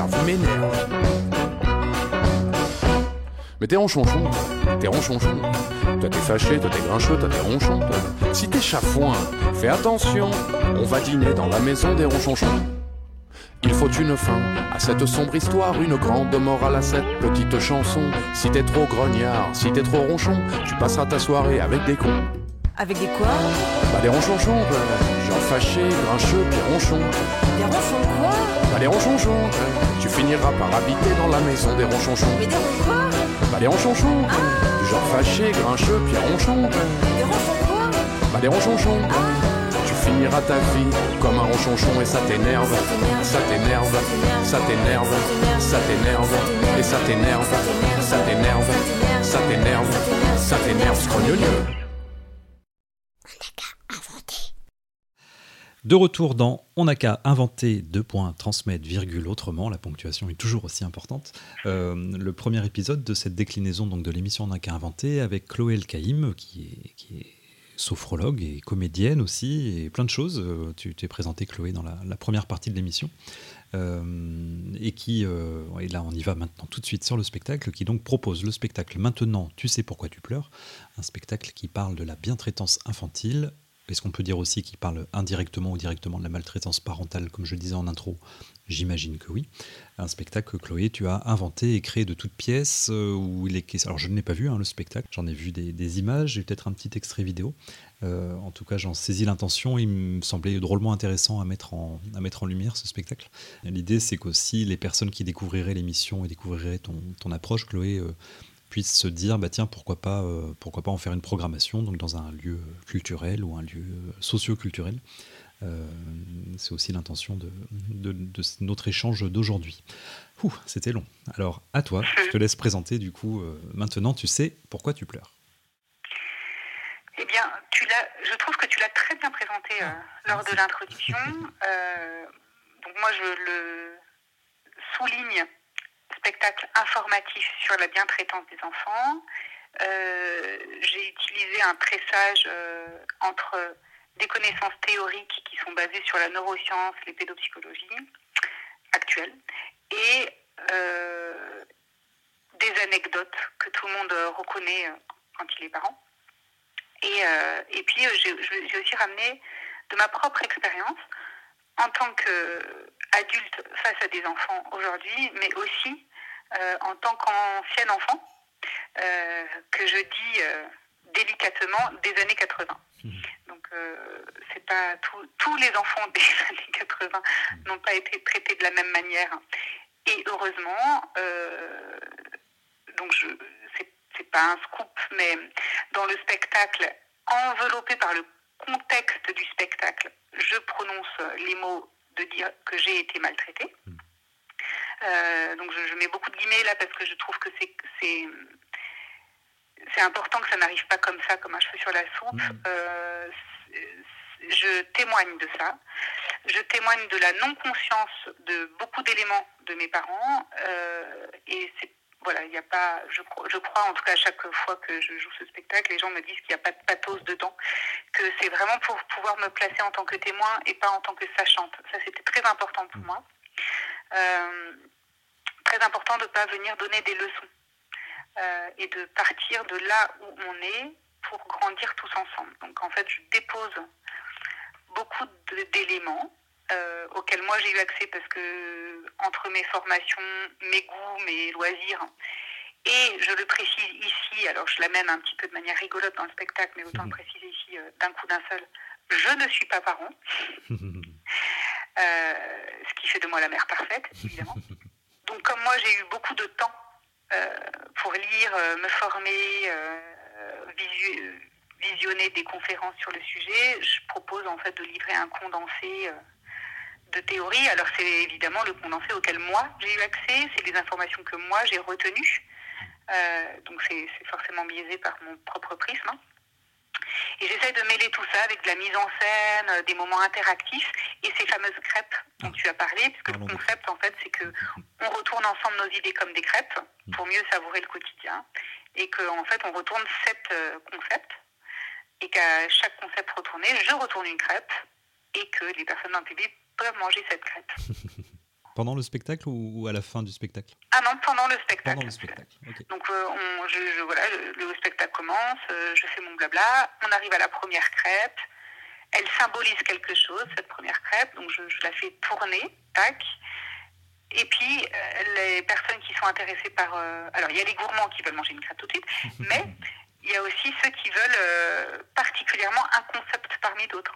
Mais t'es ronchonchon. Toi t'es fâché, toi t'es grincheux, toi t'es ronchon. Si t'es chafouin, fais attention, on va dîner dans la maison des ronchonchons. Il faut une fin à cette sombre histoire, une grande morale à cette petite chanson. Si t'es trop grognard, si t'es trop ronchon, tu passeras ta soirée avec des cons. Avec des quoi? Bah des ronchonchons, genre fâché, grincheux, puis ronchon. Des ronchons quoi? Bah des ronchonchons, tu finiras par habiter dans la maison des ronchonchons. Mais des ronchons quoi? Bah des ronchonchons, du genre fâché, grincheux, puis ronchon. Des ronchons quoi? Bah des ronchonchons, tu finiras ta vie comme un ronchonchon et ça t'énerve, ça t'énerve, ça t'énerve, ça t'énerve, et ça t'énerve, ça t'énerve, ça t'énerve, ça t'énerve, scrogneux. De retour dans On n'a qu'à inventer, transmettre, autrement, la ponctuation est toujours aussi importante. Le premier épisode de cette déclinaison donc, de l'émission On n'a qu'à inventer avec Chloé El-Kaïm, qui est sophrologue et comédienne aussi, et plein de choses. Tu t'es présentée, Chloé, dans la première partie de l'émission. Et là on y va maintenant tout de suite sur le spectacle, qui donc propose le spectacle Maintenant tu sais pourquoi tu pleures, un spectacle qui parle de la bientraitance infantile. Est-ce qu'on peut dire aussi qu'il parle indirectement ou directement de la maltraitance parentale, comme je le disais en intro? J'imagine que oui. Un spectacle que Chloé, tu as inventé et créé de toutes pièces. Où il est... Alors je ne l'ai pas vu, le spectacle. J'en ai vu des images, j'ai peut-être un petit extrait vidéo. En tout cas, j'en saisis l'intention. Il me semblait drôlement intéressant à mettre en lumière ce spectacle. Et l'idée, c'est qu'aussi les personnes qui découvriraient l'émission et découvriraient ton approche, Chloé, puissent se dire tiens, pourquoi pas en faire une programmation donc dans un lieu culturel ou un lieu socio-culturel. C'est aussi l'intention de notre échange d'aujourd'hui. C'était long. Alors à toi, je te laisse présenter du coup. Maintenant tu sais pourquoi tu pleures. Eh bien, je trouve que tu l'as très bien présenté lors de l'introduction. Donc moi je le souligne, spectacle informatif sur la bientraitance des enfants. J'ai utilisé un pressage entre des connaissances théoriques qui sont basées sur la neuroscience, les pédopsychologies actuelles, et des anecdotes que tout le monde reconnaît quand il est parent. Et puis j'ai aussi ramené de ma propre expérience en tant qu'adulte face à des enfants aujourd'hui, mais aussi en tant qu'ancienne enfant, que je dis délicatement des années 80. Donc c'est pas tous les enfants des années 80 n'ont pas été traités de la même manière. Et heureusement, donc c'est pas un scoop, mais dans le spectacle, enveloppé par le contexte du spectacle, je prononce les mots de dire que j'ai été maltraitée. Donc je mets beaucoup de guillemets là parce que je trouve que c'est important que ça n'arrive pas comme ça, comme un cheveu sur la soupe. Je témoigne de ça. Je témoigne de la non-conscience de beaucoup d'éléments de mes parents. Et voilà, il n'y a pas. Je crois en tout cas à chaque fois que je joue ce spectacle, les gens me disent qu'il n'y a pas de pathos dedans, que c'est vraiment pour pouvoir me placer en tant que témoin et pas en tant que sachante. Ça, c'était très important pour moi. Très important de ne pas venir donner des leçons et de partir de là où on est pour grandir tous ensemble. Donc en fait, je dépose beaucoup d'éléments auxquels moi j'ai eu accès parce que entre mes formations, mes goûts, mes loisirs, et je le précise ici, alors je l'amène un petit peu de manière rigolote dans le spectacle, mais autant le préciser ici d'un coup d'un seul, je ne suis pas parent, ce qui fait de moi la mère parfaite, évidemment. Donc comme moi j'ai eu beaucoup de temps pour lire, me former, visionné des conférences sur le sujet, je propose en fait de livrer un condensé de théorie. Alors c'est évidemment le condensé auquel moi j'ai eu accès, c'est les informations que moi j'ai retenues. Donc c'est forcément biaisé par mon propre prisme. Et j'essaie de mêler tout ça avec de la mise en scène, des moments interactifs et ces fameuses crêpes dont tu as parlé, puisque le concept en fait c'est que on retourne ensemble nos idées comme des crêpes pour mieux savourer le quotidien, et qu'en fait on retourne 7 concepts, et qu'à chaque concept retourné, je retourne une crêpe, et que les personnes dans le public peuvent manger cette crêpe. Pendant le spectacle ou à la fin du spectacle ? Ah non, pendant le spectacle. Pendant le spectacle, ok. Donc voilà, le spectacle commence, je fais mon blabla, on arrive à la première crêpe, elle symbolise quelque chose, cette première crêpe, donc je la fais tourner, tac. Et puis, les personnes qui sont intéressées par... alors, il y a les gourmands qui veulent manger une crêpe tout de suite, mais il y a aussi ceux qui veulent particulièrement un concept parmi d'autres.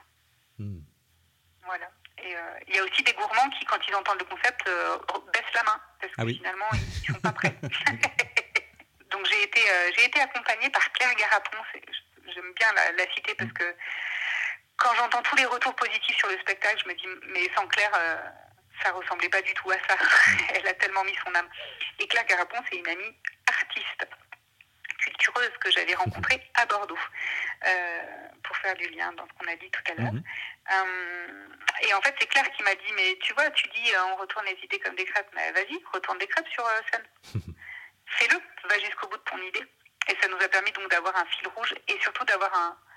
Voilà. Et il y a aussi des gourmands qui, quand ils entendent le concept, baissent la main, parce que finalement, ils ne sont pas prêts. Donc, j'ai été accompagnée par Claire Garapon. J'aime bien la citer, parce que quand j'entends tous les retours positifs sur le spectacle, je me dis, mais sans Claire... ça ressemblait pas du tout à ça. Elle a tellement mis son âme. Et Claire Garapon, c'est une amie artiste, cultureuse, que j'avais rencontrée à Bordeaux, pour faire du lien dans ce qu'on a dit tout à l'heure. Et en fait, c'est Claire qui m'a dit, mais tu vois, tu dis on retourne les idées comme des crêpes, mais vas-y, retourne des crêpes sur scène. Fais-le, va jusqu'au bout de ton idée. Et ça nous a permis donc d'avoir un fil rouge, et surtout d'avoir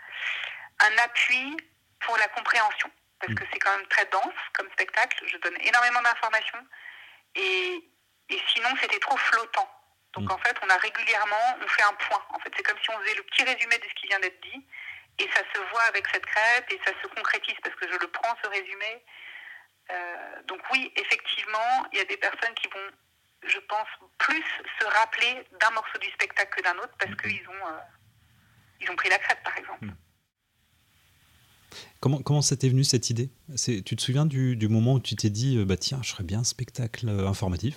un appui pour la compréhension. Parce que c'est quand même très dense comme spectacle, je donne énormément d'informations, et sinon c'était trop flottant. Donc en fait, on fait un point. En fait, c'est comme si on faisait le petit résumé de ce qui vient d'être dit, et ça se voit avec cette crêpe, et ça se concrétise parce que je le prends, ce résumé. Donc oui, effectivement, il y a des personnes qui vont, je pense, plus se rappeler d'un morceau du spectacle que d'un autre, parce qu'ils ont pris la crêpe, par exemple. Comment ça t'est venu cette idée ? Tu te souviens du moment où tu t'es dit tiens, je ferais bien un spectacle informatif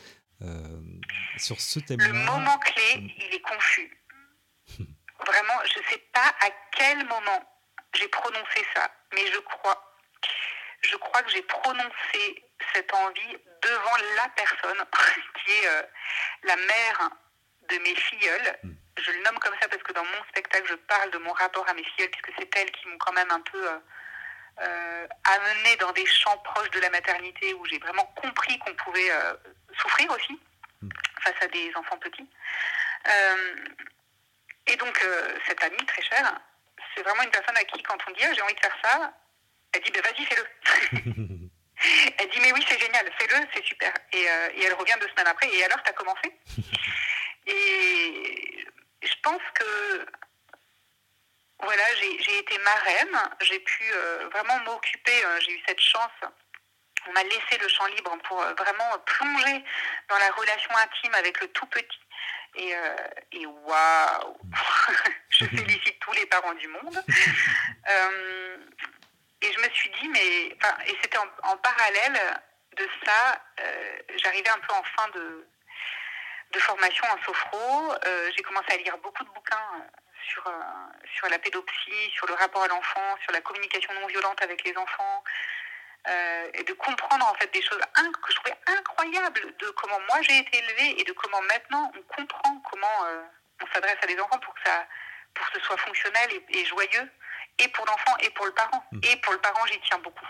sur ce thème-là ? Le moment clé, il est confus. Vraiment, je ne sais pas à quel moment j'ai prononcé ça, mais je crois que j'ai prononcé cette envie devant la personne qui est la mère de mes filleules. Je le nomme comme ça parce que dans mon spectacle, je parle de mon rapport à mes filleules, puisque c'est elles qui m'ont quand même un peu amenée dans des champs proches de la maternité, où j'ai vraiment compris qu'on pouvait souffrir aussi face à des enfants petits. Et donc, cette amie très chère, c'est vraiment une personne à qui, quand on dit « j'ai envie de faire ça », elle dit « vas-y, fais-le ». Elle dit « mais oui, c'est génial, fais-le, c'est super ». Et elle revient 2 semaines après « et alors, t'as commencé ?» Et je pense que voilà, j'ai été marraine, j'ai pu vraiment m'occuper, j'ai eu cette chance, on m'a laissé le champ libre pour vraiment plonger dans la relation intime avec le tout petit. Et waouh, je félicite tous les parents du monde. Et je me suis dit, et c'était en parallèle de ça, j'arrivais un peu en fin de formation en sophro. J'ai commencé à lire beaucoup de bouquins sur la pédopsie, sur le rapport à l'enfant, sur la communication non violente avec les enfants, et de comprendre en fait des choses que je trouvais incroyables, de comment moi j'ai été élevée et de comment maintenant on comprend comment on s'adresse à des enfants pour que ce soit fonctionnel et joyeux, et pour l'enfant et pour le parent. Et pour le parent, j'y tiens beaucoup.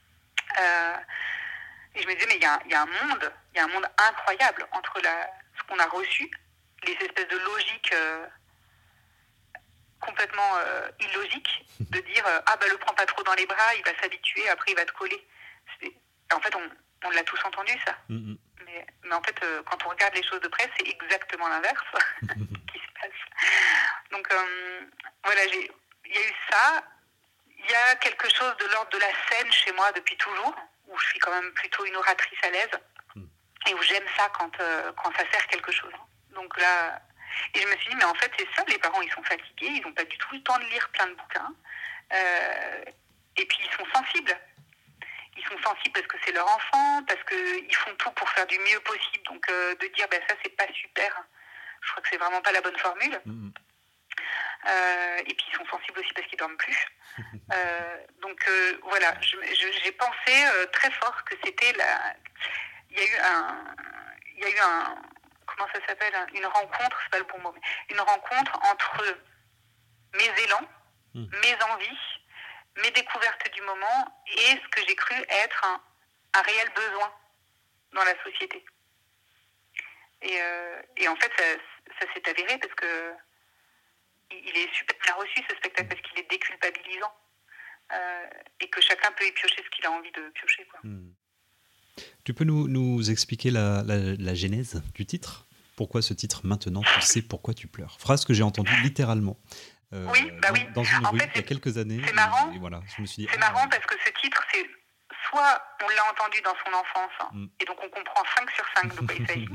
Et je me disais, mais il y a un monde incroyable entre ce qu'on a reçu, les espèces de logiques complètement illogiques, de dire le prends pas trop dans les bras, il va s'habituer, après il va te coller. En fait, on l'a tous entendu, ça. Mais en fait, quand on regarde les choses de près, c'est exactement l'inverse qui se passe. Donc voilà, il y a eu ça. Il y a quelque chose de l'ordre de la scène chez moi depuis toujours, où je suis quand même plutôt une oratrice à l'aise, et où j'aime ça quand ça sert quelque chose. Donc là, et je me suis dit, mais en fait, c'est ça, les parents, ils sont fatigués, ils n'ont pas du tout le temps de lire plein de bouquins, et puis ils sont sensibles. Ils sont sensibles parce que c'est leur enfant, parce qu'ils font tout pour faire du mieux possible, donc de dire, ça, c'est pas super, je crois que c'est vraiment pas la bonne formule. Et puis ils sont sensibles aussi parce qu'ils dorment plus. Donc voilà, j'ai pensé très fort que c'était il y a eu un, comment ça s'appelle, une rencontre, c'est pas le bon mot, mais une rencontre entre mes élans, mes envies, mes découvertes du moment et ce que j'ai cru être un réel besoin dans la société. Et en fait, ça s'est avéré parce que il est super bien reçu, ce spectacle, parce qu'il est déculpabilisant. Et que chacun peut y piocher ce qu'il a envie de piocher, quoi. Tu peux nous expliquer la genèse du titre ? Pourquoi ce titre, Maintenant tu sais pourquoi tu pleures ? Phrase que j'ai entendue littéralement oui. dans une En rue fait, il y a quelques années. C'est marrant. Et voilà, je me suis dit, c'est marrant parce que ce titre, c'est soit on l'a entendu dans son enfance, et donc on comprend 5 sur 5 de quoi il s'agit.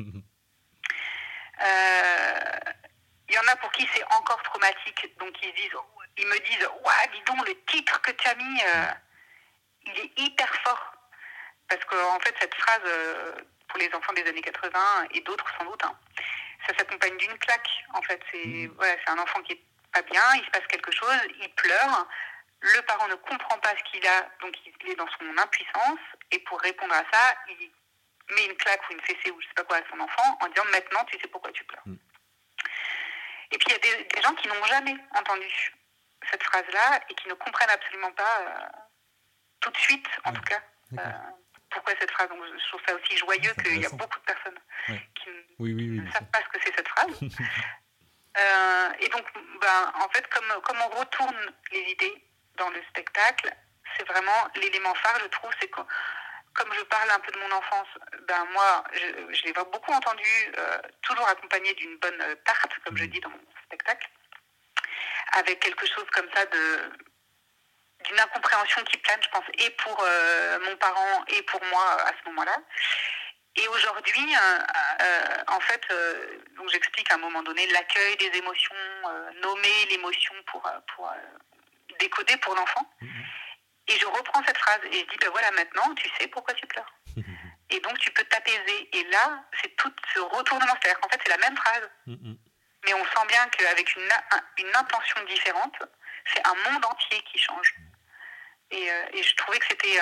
Il y en a pour qui c'est encore traumatique, donc ils me disent ouah, dis donc, le titre que tu as mis, il est hyper fort. Parce qu'en fait, cette phrase, pour les enfants des années 80 et d'autres sans doute, ça s'accompagne d'une claque. En fait, c'est un enfant qui est pas bien, il se passe quelque chose, il pleure, le parent ne comprend pas ce qu'il a, donc il est dans son impuissance, et pour répondre à ça, il met une claque ou une fessée ou je sais pas quoi à son enfant en disant maintenant tu sais pourquoi tu pleures. Et puis il y a des gens qui n'ont jamais entendu cette phrase-là et qui ne comprennent absolument pas tout de suite, en tout cas, pourquoi cette phrase. Donc je trouve ça aussi joyeux qu'il y a beaucoup de personnes qui ne savent pas ce que c'est cette phrase. Et donc, en fait, comme on retourne les idées dans le spectacle, c'est vraiment l'élément phare, je trouve, c'est que comme je parle un peu de mon enfance, moi, je l'ai beaucoup entendu, toujours accompagné d'une bonne tarte, comme je dis dans mon spectacle, avec quelque chose comme ça d'une incompréhension qui plane, je pense, et pour mon parent et pour moi à ce moment-là. Et aujourd'hui, en fait, donc j'explique à un moment donné l'accueil des émotions, nommer l'émotion pour décoder pour l'enfant. Et je reprends cette phrase et je dis, voilà, maintenant, tu sais pourquoi tu pleures. Et donc, tu peux t'apaiser. Et là, c'est tout ce retournement. C'est-à-dire qu'en fait, c'est la même phrase. Mais on sent bien qu'avec une intention différente, c'est un monde entier qui change. Et je trouvais que c'était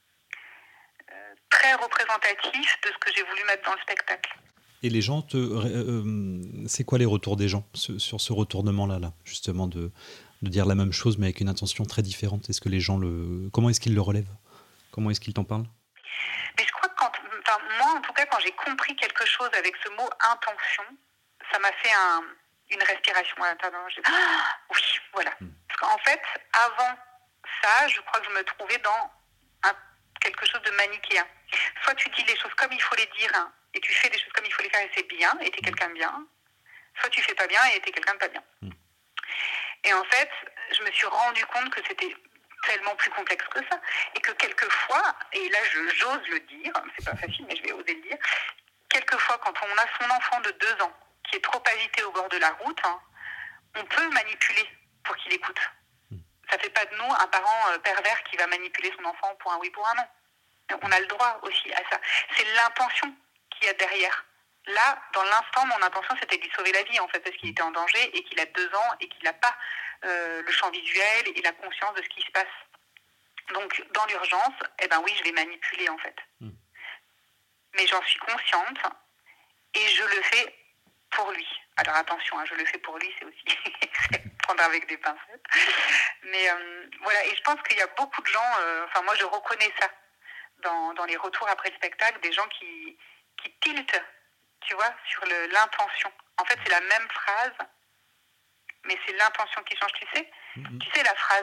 très représentatif de ce que j'ai voulu mettre dans le spectacle. Et les gens, c'est quoi les retours des gens sur ce retournement-là, justement, de dire la même chose mais avec une intention très différente? Est-ce que les gens comment est-ce qu'ils le relèvent? Comment est-ce qu'ils t'en parlent? Mais je crois que moi, en tout cas, quand j'ai compris quelque chose avec ce mot intention, ça m'a fait une respiration à l'intérieur. Oui, voilà. Parce qu'en fait, avant ça, je crois que je me trouvais dans quelque chose de manichéen. Soit tu dis les choses comme il faut les dire, et tu fais les choses comme il faut les faire et c'est bien, et t'es quelqu'un de bien. Soit tu fais pas bien et t'es quelqu'un de pas bien. Et en fait, je me suis rendu compte que c'était tellement plus complexe que ça. Et que quelquefois, et là j'ose le dire, c'est pas facile mais je vais oser le dire, quelquefois quand on a son enfant de 2 ans qui est trop agité au bord de la route, on peut manipuler pour qu'il écoute. Ça fait pas de nous un parent pervers qui va manipuler son enfant pour un oui, pour un non. On a le droit aussi à ça. C'est l'intention qu'il y a derrière. Là, dans l'instant, mon intention, c'était de lui sauver la vie, en fait, parce qu'il était en danger et qu'il a 2 ans et qu'il n'a pas le champ visuel et la conscience de ce qui se passe. Donc, dans l'urgence, oui, je vais manipuler, en fait. Mais j'en suis consciente et je le fais pour lui. Alors, attention, je le fais pour lui, c'est aussi c'est prendre avec des pincettes. Mais voilà, et je pense qu'il y a beaucoup de gens, moi, je reconnais ça dans les retours après le spectacle, des gens qui tiltent, tu vois, sur l'intention. En fait, c'est la même phrase, mais c'est l'intention qui change, tu sais. Tu sais la phrase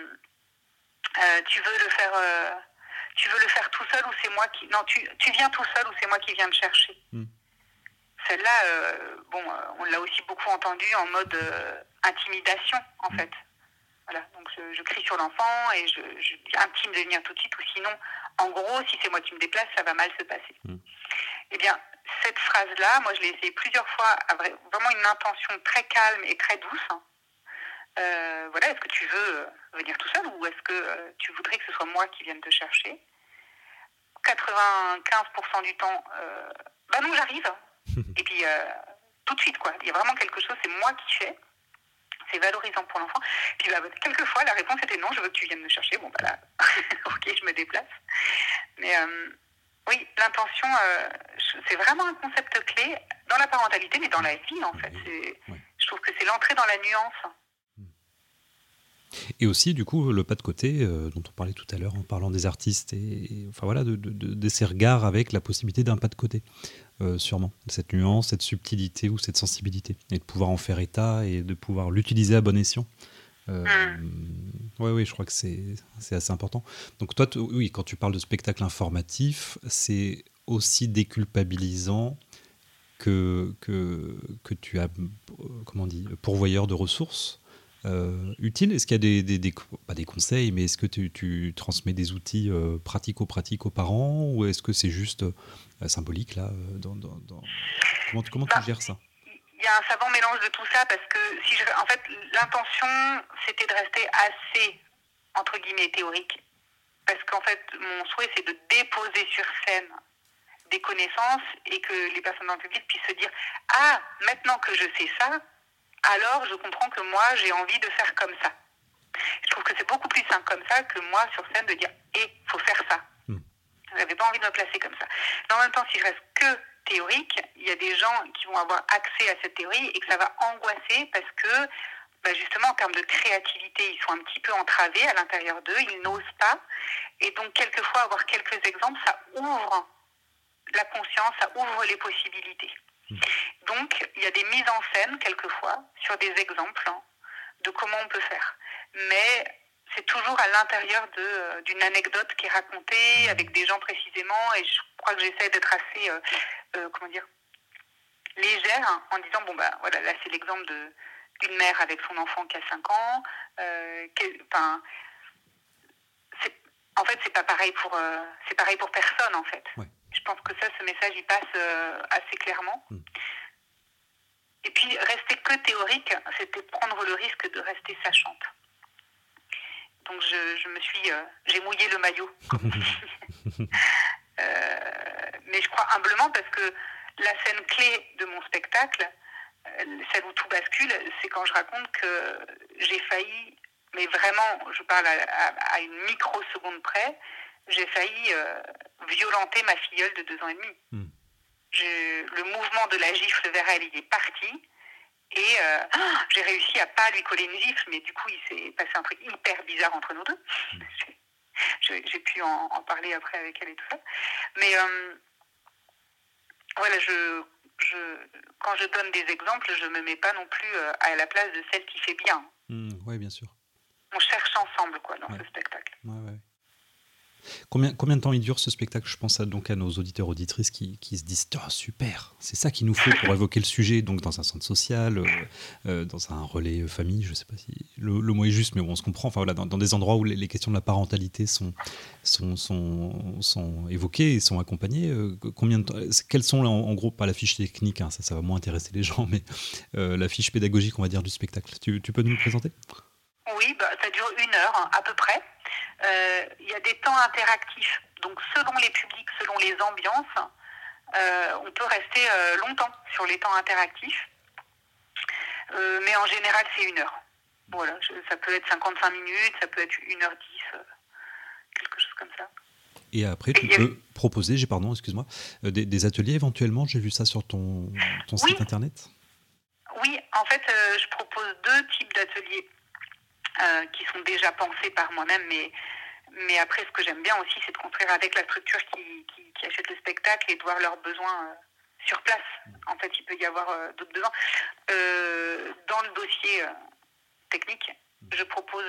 tu veux le faire tout seul ou c'est moi qui... Non, tu viens tout seul ou c'est moi qui viens te chercher. Celle-là, on l'a aussi beaucoup entendue en mode intimidation, en fait. Voilà, donc je crie sur l'enfant et je dis intime de venir tout de suite, ou sinon, en gros, si c'est moi qui me déplace, ça va mal se passer. Eh bien, cette phrase-là, moi, je l'ai essayé plusieurs fois, avec vraiment une intention très calme et très douce. Voilà, est-ce que tu veux venir tout seul ou est-ce que tu voudrais que ce soit moi qui vienne te chercher? 95% du temps, non, j'arrive. Et puis, tout de suite, quoi. Il y a vraiment quelque chose, c'est moi qui fais. c'est valorisant pour l'enfant. Puis quelquefois, la réponse était non, je veux que tu viennes me chercher. Bon, bah là, ok, je me déplace. Mais oui, l'intention, c'est vraiment un concept clé dans la parentalité, mais dans la vie, en fait. Je trouve que c'est l'entrée dans la nuance. Et aussi, du coup, le pas de côté dont on parlait tout à l'heure en parlant des artistes, enfin voilà, de ces regards avec la possibilité d'un pas de côté, sûrement. Cette nuance, cette subtilité ou cette sensibilité. Et de pouvoir en faire état et de pouvoir l'utiliser à bon escient. Oui, je crois que c'est assez important. Donc toi, oui, quand tu parles de spectacle informatif, c'est aussi déculpabilisant que tu as, comment on dit, pourvoyeur de ressources utiles. Est-ce qu'il y a pas des conseils, mais est-ce que tu transmets des outils pratico-pratiques aux parents, ou est-ce que c'est juste symbolique là Comment tu gères ça? Il y a un savant mélange de tout ça, parce que en fait, l'intention, c'était de rester assez, entre guillemets, théorique. Parce qu'en fait, mon souhait, c'est de déposer sur scène des connaissances et que les personnes dans le public puissent se dire « Ah, maintenant que je sais ça, alors je comprends que moi, j'ai envie de faire comme ça. » Je trouve que c'est beaucoup plus simple comme ça que moi, sur scène, de dire « Eh, faut faire ça. » Je n'avais pas envie de me placer comme ça. Mais en même temps, si je reste que théorique, il y a des gens qui vont avoir accès à cette théorie et que ça va angoisser parce que, justement, en termes de créativité, ils sont un petit peu entravés à l'intérieur d'eux, ils n'osent pas. Et donc, quelquefois, avoir quelques exemples, ça ouvre la conscience, ça ouvre les possibilités. Donc, il y a des mises en scène, quelquefois, sur des exemples de comment on peut faire. Mais c'est toujours à l'intérieur d'une anecdote qui est racontée, avec des gens précisément, et je crois que j'essaie d'être assez, légère, en disant, voilà, là c'est l'exemple d'une mère avec son enfant qui a 5 ans, en fait, c'est pareil pour personne, en fait. Ouais. Je pense que ce message, il passe assez clairement. Et puis, rester que théorique, c'était prendre le risque de rester sachante. Donc, j'ai mouillé le maillot. Mais je crois humblement, parce que la scène clé de mon spectacle, celle où tout bascule, c'est quand je raconte que j'ai failli, mais vraiment, je parle à une microseconde près, j'ai failli violenter ma filleule de 2 ans et demi. Le mouvement de la gifle vers elle, il est parti. Et j'ai réussi à pas lui coller une gifle, mais du coup, il s'est passé un truc hyper bizarre entre nous deux. J'ai pu en parler après avec elle et tout ça. Mais voilà, quand je donne des exemples, je me mets pas non plus à la place de celle qui fait bien. Oui, bien sûr. On cherche ensemble, dans ce spectacle. Ouais. Combien de temps il dure ce spectacle? Je pense donc à nos auditeurs auditrices qui se disent « Oh, super, c'est ça qu'il nous faut pour évoquer le sujet, donc dans un centre social, dans un relais famille, je ne sais pas si le mot est juste, mais on se comprend, enfin voilà, dans des endroits où les questions de la parentalité sont évoquées et sont accompagnées. Combien de temps, quelles sont en gros, pas la fiche technique, ça va moins intéresser les gens, mais la fiche pédagogique, on va dire, du spectacle. Tu peux nous le présenter? Oui, ça dure 1 heure à peu près. Il y a des temps interactifs. Donc selon les publics, selon les ambiances, on peut rester longtemps sur les temps interactifs. Mais en général, c'est 1 heure. Voilà, ça peut être 55 minutes, ça peut être 1h10, quelque chose comme ça. Et après, tu peux proposer, excuse-moi, des ateliers éventuellement. J'ai vu ça sur ton site internet. Oui, en fait, je propose 2 types d'ateliers qui sont déjà pensés par moi-même, mais après, ce que j'aime bien aussi, c'est de construire avec la structure qui achète le spectacle et de voir leurs besoins sur place. En fait, il peut y avoir d'autres besoins. Dans le dossier technique, je propose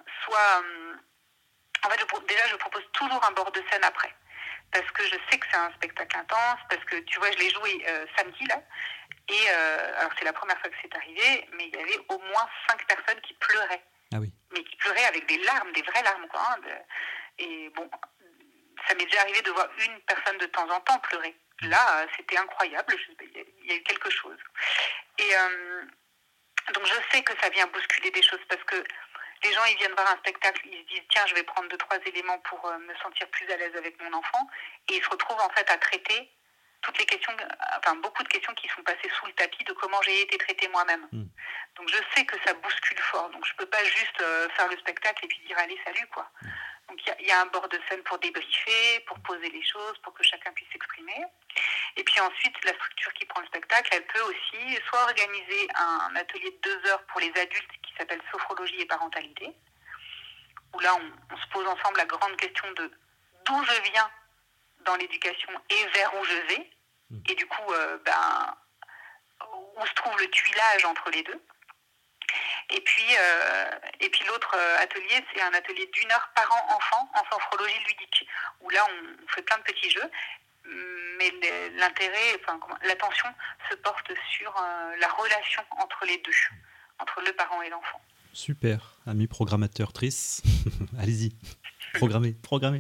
je propose toujours un bord de scène après. Parce que je sais que c'est un spectacle intense, parce que, tu vois, je l'ai joué samedi, là, et alors c'est la première fois que c'est arrivé, mais il y avait au moins 5 personnes qui pleuraient. Ah oui. Mais qui pleuraient avec des larmes, des vraies larmes, quoi. Et bon, ça m'est déjà arrivé de voir une personne de temps en temps pleurer. Là, c'était incroyable, il y a eu quelque chose. Et donc je sais que ça vient bousculer des choses, parce que les gens, ils viennent voir un spectacle, ils se disent « Tiens, je vais prendre 2-3 éléments pour me sentir plus à l'aise avec mon enfant », et ils se retrouvent en fait à traiter toutes les questions, enfin beaucoup de questions qui sont passées sous le tapis de comment j'ai été traitée moi-même. Donc je sais que ça bouscule fort, donc je peux pas juste faire le spectacle et puis dire allez salut quoi. Donc il y a un bord de scène pour débriefer, pour poser les choses, pour que chacun puisse s'exprimer. Et puis ensuite, la structure qui prend le spectacle, elle peut aussi soit organiser un atelier de 2 heures pour les adultes qui s'appelle sophrologie et parentalité, où là on se pose ensemble la grande question de d'où je viens dans l'éducation et vers où je vais, et du coup où se trouve le tuilage entre les deux. Et puis l'autre atelier, c'est un atelier d'1 heure parent-enfant en sophrologie ludique, où là on fait plein de petits jeux, mais l'intérêt, l'attention se porte sur la relation entre les deux, entre le parent et l'enfant. Super, ami programmateur Trice, allez-y, programmez.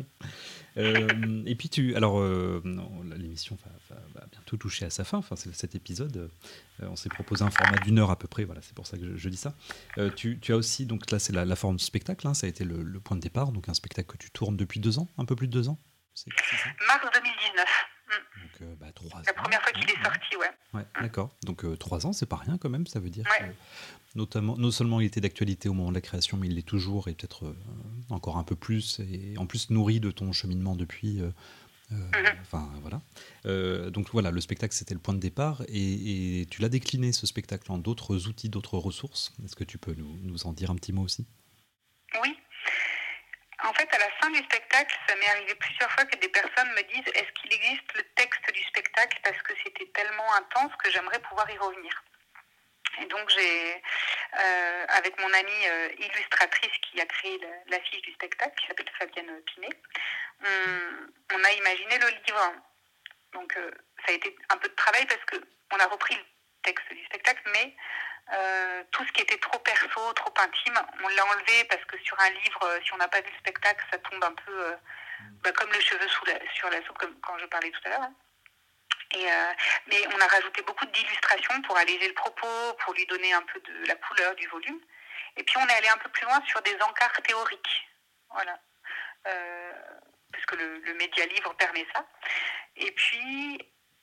Et puis l'émission va bientôt toucher à sa fin. Enfin, cet épisode, on s'est proposé un format d'1 heure à peu près. Voilà, c'est pour ça que je dis ça. Tu as aussi, donc là, c'est la forme spectacle. Hein, ça a été le point de départ. Donc un spectacle que tu tournes depuis 2 ans, un peu plus de 2 ans. C'est ça Mars 2019. Donc 3 ans. La première fois qu'il est sorti, ouais. Ouais, d'accord. Donc 3 ans, c'est pas rien quand même. Ça veut dire ouais. que non seulement il était d'actualité au moment de la création, mais il l'est toujours et peut-être encore un peu plus. Et en plus nourri de ton cheminement depuis. Enfin voilà. Donc voilà, le spectacle c'était le point de départ et tu l'as décliné ce spectacle en d'autres outils, d'autres ressources. Est-ce que tu peux nous en dire un petit mot aussi ? Oui. En fait, à la fin du spectacle, ça m'est arrivé plusieurs fois que des personnes me disent « Est-ce qu'il existe le texte du spectacle ? Parce que c'était tellement intense que j'aimerais pouvoir y revenir. » Et donc, j'ai, avec mon amie illustratrice qui a créé l'affiche du spectacle, qui s'appelle Fabienne Pinet, on a imaginé le livre. Donc, ça a été un peu de travail parce qu'on a repris le texte du spectacle, mais tout ce qui était trop perso, trop intime, on l'a enlevé parce que sur un livre, si on n'a pas vu le spectacle, ça tombe un peu comme le cheveu sur la soupe, comme quand je parlais tout à l'heure. Hein. Mais on a rajouté beaucoup d'illustrations pour alléger le propos, pour lui donner un peu de la couleur, du volume. Et puis on est allé un peu plus loin sur des encarts théoriques. Voilà. Parce que le média livre permet ça. Et puis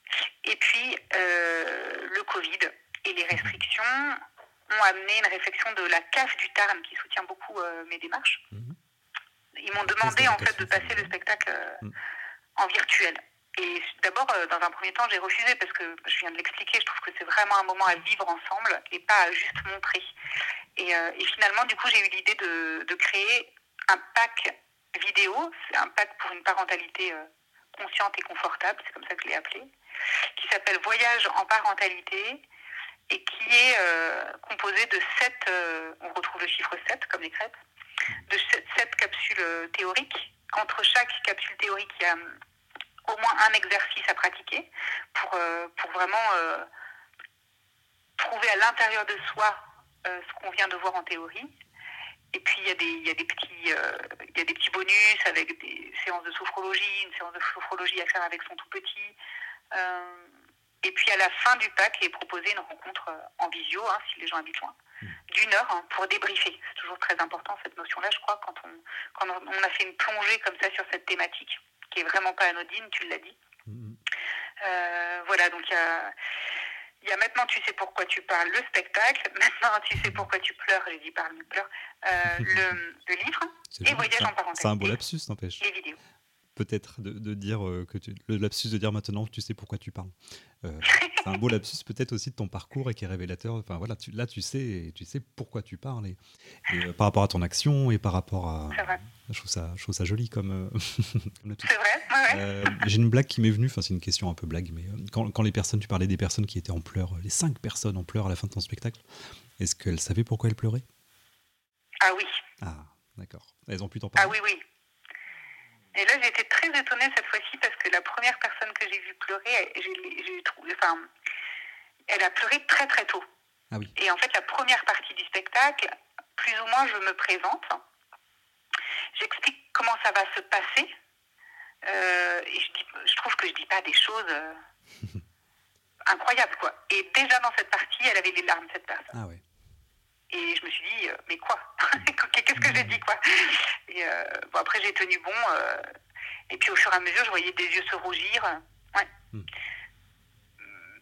le Covid et les restrictions ont amené une réflexion de la CAF du Tarn qui soutient beaucoup mes démarches. Ils m'ont demandé en fait de passer le spectacle en virtuel. Et d'abord, dans un premier temps, j'ai refusé parce que je viens de l'expliquer, je trouve que c'est vraiment un moment à vivre ensemble et pas à juste montrer. Et finalement, du coup, j'ai eu l'idée de créer un pack vidéo, c'est un pack pour une parentalité consciente et confortable, c'est comme ça que je l'ai appelé, qui s'appelle Voyage en parentalité et qui est composé de 7, on retrouve le chiffre 7 comme les crêpes, de 7 capsules théoriques. Entre chaque capsule théorique, il y a au moins un exercice à pratiquer pour vraiment trouver à l'intérieur de soi ce qu'on vient de voir en théorie. Et puis il y a des petits bonus avec des séances de sophrologie, une séance de sophrologie à faire avec son tout petit. Et puis à la fin du pack est proposée une rencontre en visio, si les gens habitent loin, d'1 heure pour débriefer. C'est toujours très important cette notion-là, je crois, quand on a fait une plongée comme ça sur cette thématique, qui est vraiment pas anodine, tu l'as dit. Voilà, donc il y a maintenant tu sais pourquoi tu parles, le spectacle, maintenant tu sais pourquoi tu pleures, j'ai dit parle, mais pleure, le livre et Voyage en parentalité. C'est un beau lapsus, n'empêche. Les vidéos. Peut-être de dire le lapsus de dire maintenant tu sais pourquoi tu parles. C'est un beau lapsus peut-être aussi de ton parcours et qui est révélateur. Enfin voilà, tu sais pourquoi tu parles et par rapport à ton action et par rapport à. C'est vrai. Je trouve ça joli comme lapsus. C'est vrai. Ouais. J'ai une blague qui m'est venue. Enfin c'est une question un peu blague, mais quand les personnes, tu parlais des personnes qui étaient en pleurs, les 5 personnes en pleurs à la fin de ton spectacle. Est-ce qu'elles savaient pourquoi elles pleuraient ? Ah oui. Ah d'accord. Elles ont pu t'en parler. Ah oui. Et là, j'ai été très étonnée cette fois-ci parce que la première personne que j'ai vue pleurer, elle a pleuré très très tôt. Ah oui. Et en fait, la première partie du spectacle, plus ou moins, je me présente, j'explique comment ça va se passer, et je trouve que je dis pas des choses incroyables, quoi. Et déjà dans cette partie, elle avait les larmes, cette personne. Ah ouais. Et je me suis dit, mais quoi ? Qu'est-ce que j'ai dit, quoi ? Et après, j'ai tenu bon. Et puis, au fur et à mesure, je voyais des yeux se rougir. Ouais.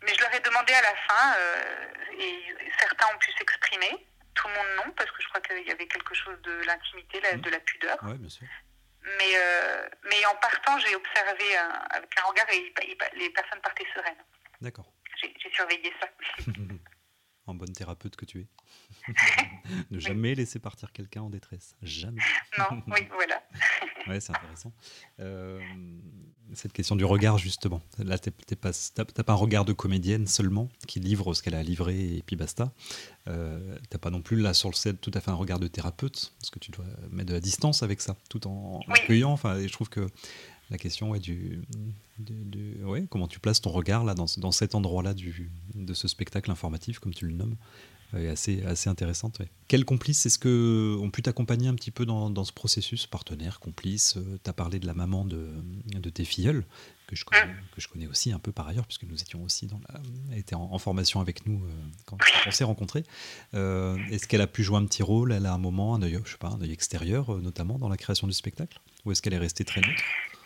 Mais je leur ai demandé à la fin, et certains ont pu s'exprimer, tout le monde non, parce que je crois qu'il y avait quelque chose de l'intimité, de la pudeur. Oui, bien sûr. Mais en partant, j'ai observé avec un regard et les personnes partaient sereines. D'accord. J'ai surveillé ça. En bonne thérapeute que tu es. Ne jamais laisser partir quelqu'un en détresse. Jamais. Non, oui, voilà. Ouais, c'est intéressant. Cette question du regard, justement. Là, t'as pas un regard de comédienne seulement qui livre ce qu'elle a livré et puis basta. T'as pas non plus là sur le set tout à fait un regard de thérapeute, parce que tu dois mettre de la distance avec ça, tout en accueillant. Enfin, et je trouve que la question comment tu places ton regard là dans cet endroit-là de ce spectacle informatif, comme tu le nommes, est assez intéressante. Ouais. Quels complices est-ce que ont pu t'accompagner un petit peu dans ce processus, partenaires, complices? Tu as parlé de la maman de tes filleuls, que je connais aussi un peu par ailleurs, puisque nous étions aussi elle était en formation avec nous quand on s'est rencontrés. Est-ce qu'elle a pu jouer un petit rôle? Elle a un moment, un œil extérieur, notamment dans la création du spectacle? Ou est-ce qu'elle est restée très neutre?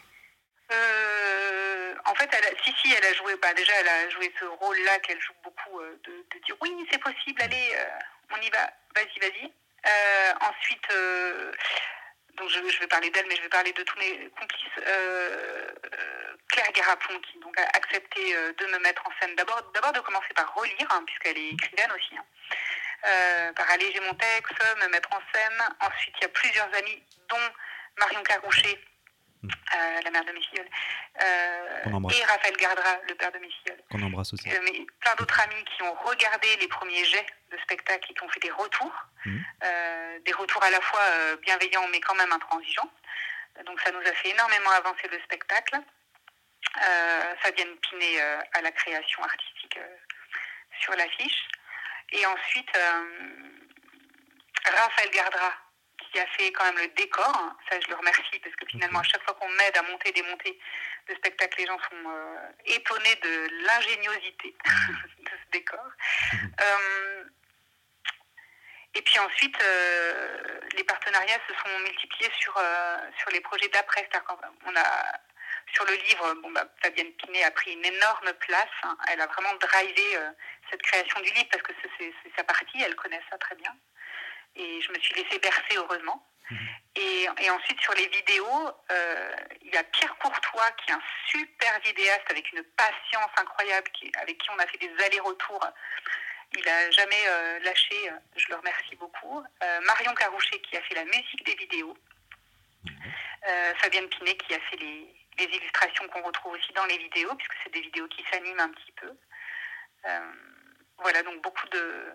En fait, elle a joué. Déjà, elle a joué ce rôle-là qu'elle joue beaucoup, de dire oui, c'est possible, allez, on y va, vas-y. Ensuite, donc je vais parler d'elle, mais je vais parler de tous mes complices. Claire Garapon, qui donc a accepté de me mettre en scène. D'abord de commencer par relire, puisqu'elle est écrivaine aussi. Par alléger mon texte, me mettre en scène. Ensuite, il y a plusieurs amis, dont Marion Carouchet, la mère de mes filleuls, et Raphaël Gardra, le père de mes filleuls. Qu'on embrasse aussi. Mais plein d'autres amis qui ont regardé les premiers jets de spectacle et qui ont fait des retours. Des retours à la fois bienveillants mais quand même intransigeants. Donc ça nous a fait énormément avancer le spectacle. Fabienne Pinet à la création artistique sur l'affiche. Et ensuite, Raphaël Gardra, qui a fait quand même le décor. Ça, je le remercie, parce que finalement, à chaque fois qu'on m'aide à monter, démonter le spectacle, les gens sont étonnés de l'ingéniosité de ce décor. Et puis ensuite, les partenariats se sont multipliés sur les projets d'après. C'est-à-dire qu'on a, sur le livre, Fabienne Pinet a pris une énorme place. Elle a vraiment drivé cette création du livre, parce que c'est sa partie, elle connaît ça très bien. Et je me suis laissée bercer, heureusement. Et ensuite, sur les vidéos, il y a Pierre Courtois, qui est un super vidéaste avec une patience incroyable, avec qui on a fait des allers-retours. Il n'a jamais lâché, je le remercie beaucoup. Marion Carouchet, qui a fait la musique des vidéos. Fabienne Pinet, qui a fait les illustrations qu'on retrouve aussi dans les vidéos, puisque c'est des vidéos qui s'animent un petit peu. Voilà, donc beaucoup de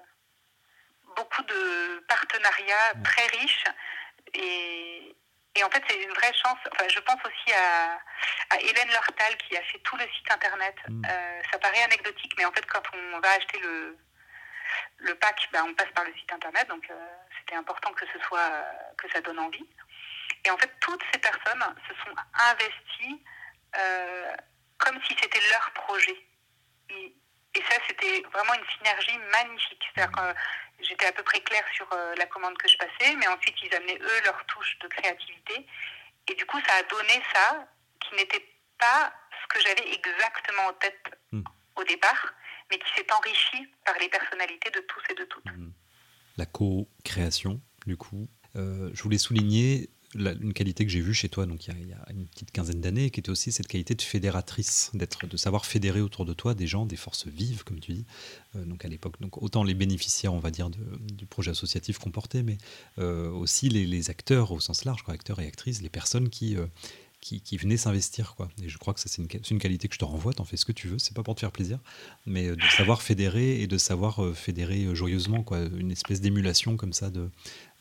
partenariats très riches. Et en fait, c'est une vraie chance. Enfin, je pense aussi à Hélène Lortal, qui a fait tout le site internet. Ça paraît anecdotique, mais en fait, quand on va acheter le pack, on passe par le site internet. Donc, c'était important que ça donne envie. Et en fait, toutes ces personnes se sont investies comme si c'était leur projet. Et ça, c'était vraiment une synergie magnifique. C'est-à-dire que j'étais à peu près claire sur la commande que je passais, mais ensuite, ils amenaient, eux, leur touche de créativité. Et du coup, ça a donné ça, qui n'était pas ce que j'avais exactement en tête au départ, mais qui s'est enrichi par les personnalités de tous et de toutes. La co-création, du coup. Je voulais souligner une qualité que j'ai vue chez toi, donc il y a une petite quinzaine d'années, qui était aussi cette qualité de fédératrice, de savoir fédérer autour de toi des gens, des forces vives, comme tu dis. Donc à l'époque, autant les bénéficiaires, on va dire, du projet associatif qu'on portait, mais aussi les acteurs au sens large, quoi, acteurs et actrices, les personnes qui venaient s'investir, quoi. Et je crois que ça, c'est une qualité que je te renvoie, t'en fais ce que tu veux, c'est pas pour te faire plaisir, mais de savoir fédérer et de savoir fédérer joyeusement, quoi, une espèce d'émulation comme ça de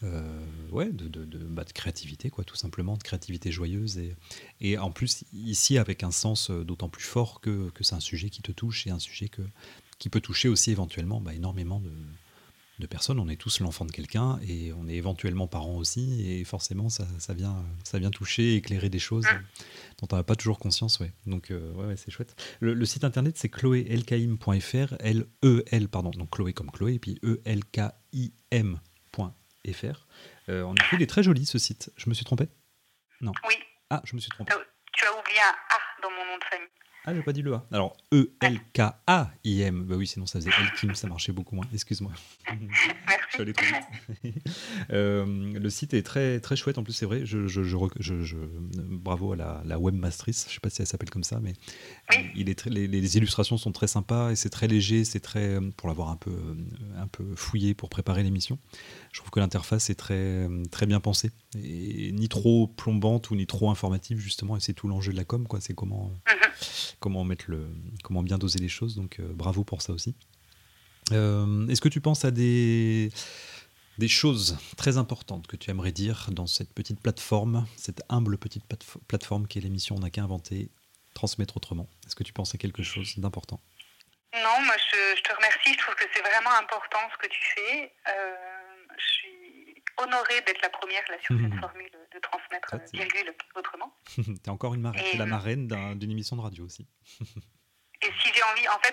créativité, quoi, tout simplement, de créativité joyeuse, et en plus ici avec un sens d'autant plus fort que c'est un sujet qui te touche, et un sujet qui peut toucher aussi éventuellement énormément de personnes. On est tous l'enfant de quelqu'un, et on est éventuellement parents aussi, et forcément ça vient toucher, éclairer des choses dont on n'a pas toujours conscience. Donc c'est chouette. Le site internet, c'est chloélkaim.fr, donc Chloé comme Chloé, et puis elkim.fr. En effet, il est très joli, ce site. Je me suis trompé? Non. Oui. Ah, je me suis trompé. Tu as oublié un A dans mon nom de famille. Ah, j'ai pas dit le A. Alors, E-L-K-A-I-M. Bah oui, sinon ça faisait Elkim, ça marchait beaucoup moins. Excuse-moi. Je suis allé trop vite. Le site est très, très chouette. En plus, c'est vrai. Bravo à la webmastrice. Je sais pas si elle s'appelle comme ça, mais il est les illustrations sont très sympas et c'est très léger. C'est très pour l'avoir un peu fouillé pour préparer l'émission. Je trouve que l'interface est très, très bien pensée et ni trop plombante ou ni trop informative justement. Et c'est tout l'enjeu de la com, quoi. C'est comment bien doser les choses. Donc bravo pour ça aussi. Est-ce que tu penses à des choses très importantes que tu aimerais dire dans cette petite plateforme, cette humble petite plateforme qui est l'émission On n'a qu'à inventer, transmettre autrement? Est-ce que tu penses à quelque chose d'important? Non, moi je te remercie, je trouve que c'est vraiment important ce que tu fais. Je suis honorée d'être la première là sur cette formule de transmettre virgule autrement. T'es encore une marraine, t'es la marraine d'une émission de radio aussi. Et si j'ai envie, en fait,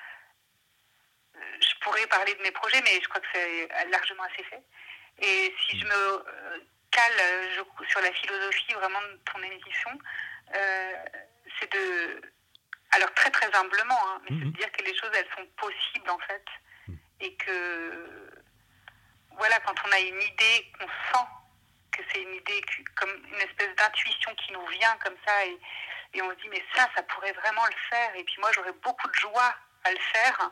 je pourrais parler de mes projets, mais je crois que c'est largement assez fait. Et si je me cale sur la philosophie vraiment de ton émission, c'est de... Alors très très humblement, hein, mais c'est de dire que les choses elles sont possibles en fait, et que voilà, quand on a une idée, qu'on sent que c'est une idée comme une espèce d'intuition qui nous vient comme ça, et on se dit mais ça pourrait vraiment le faire, et puis moi j'aurais beaucoup de joie à le faire.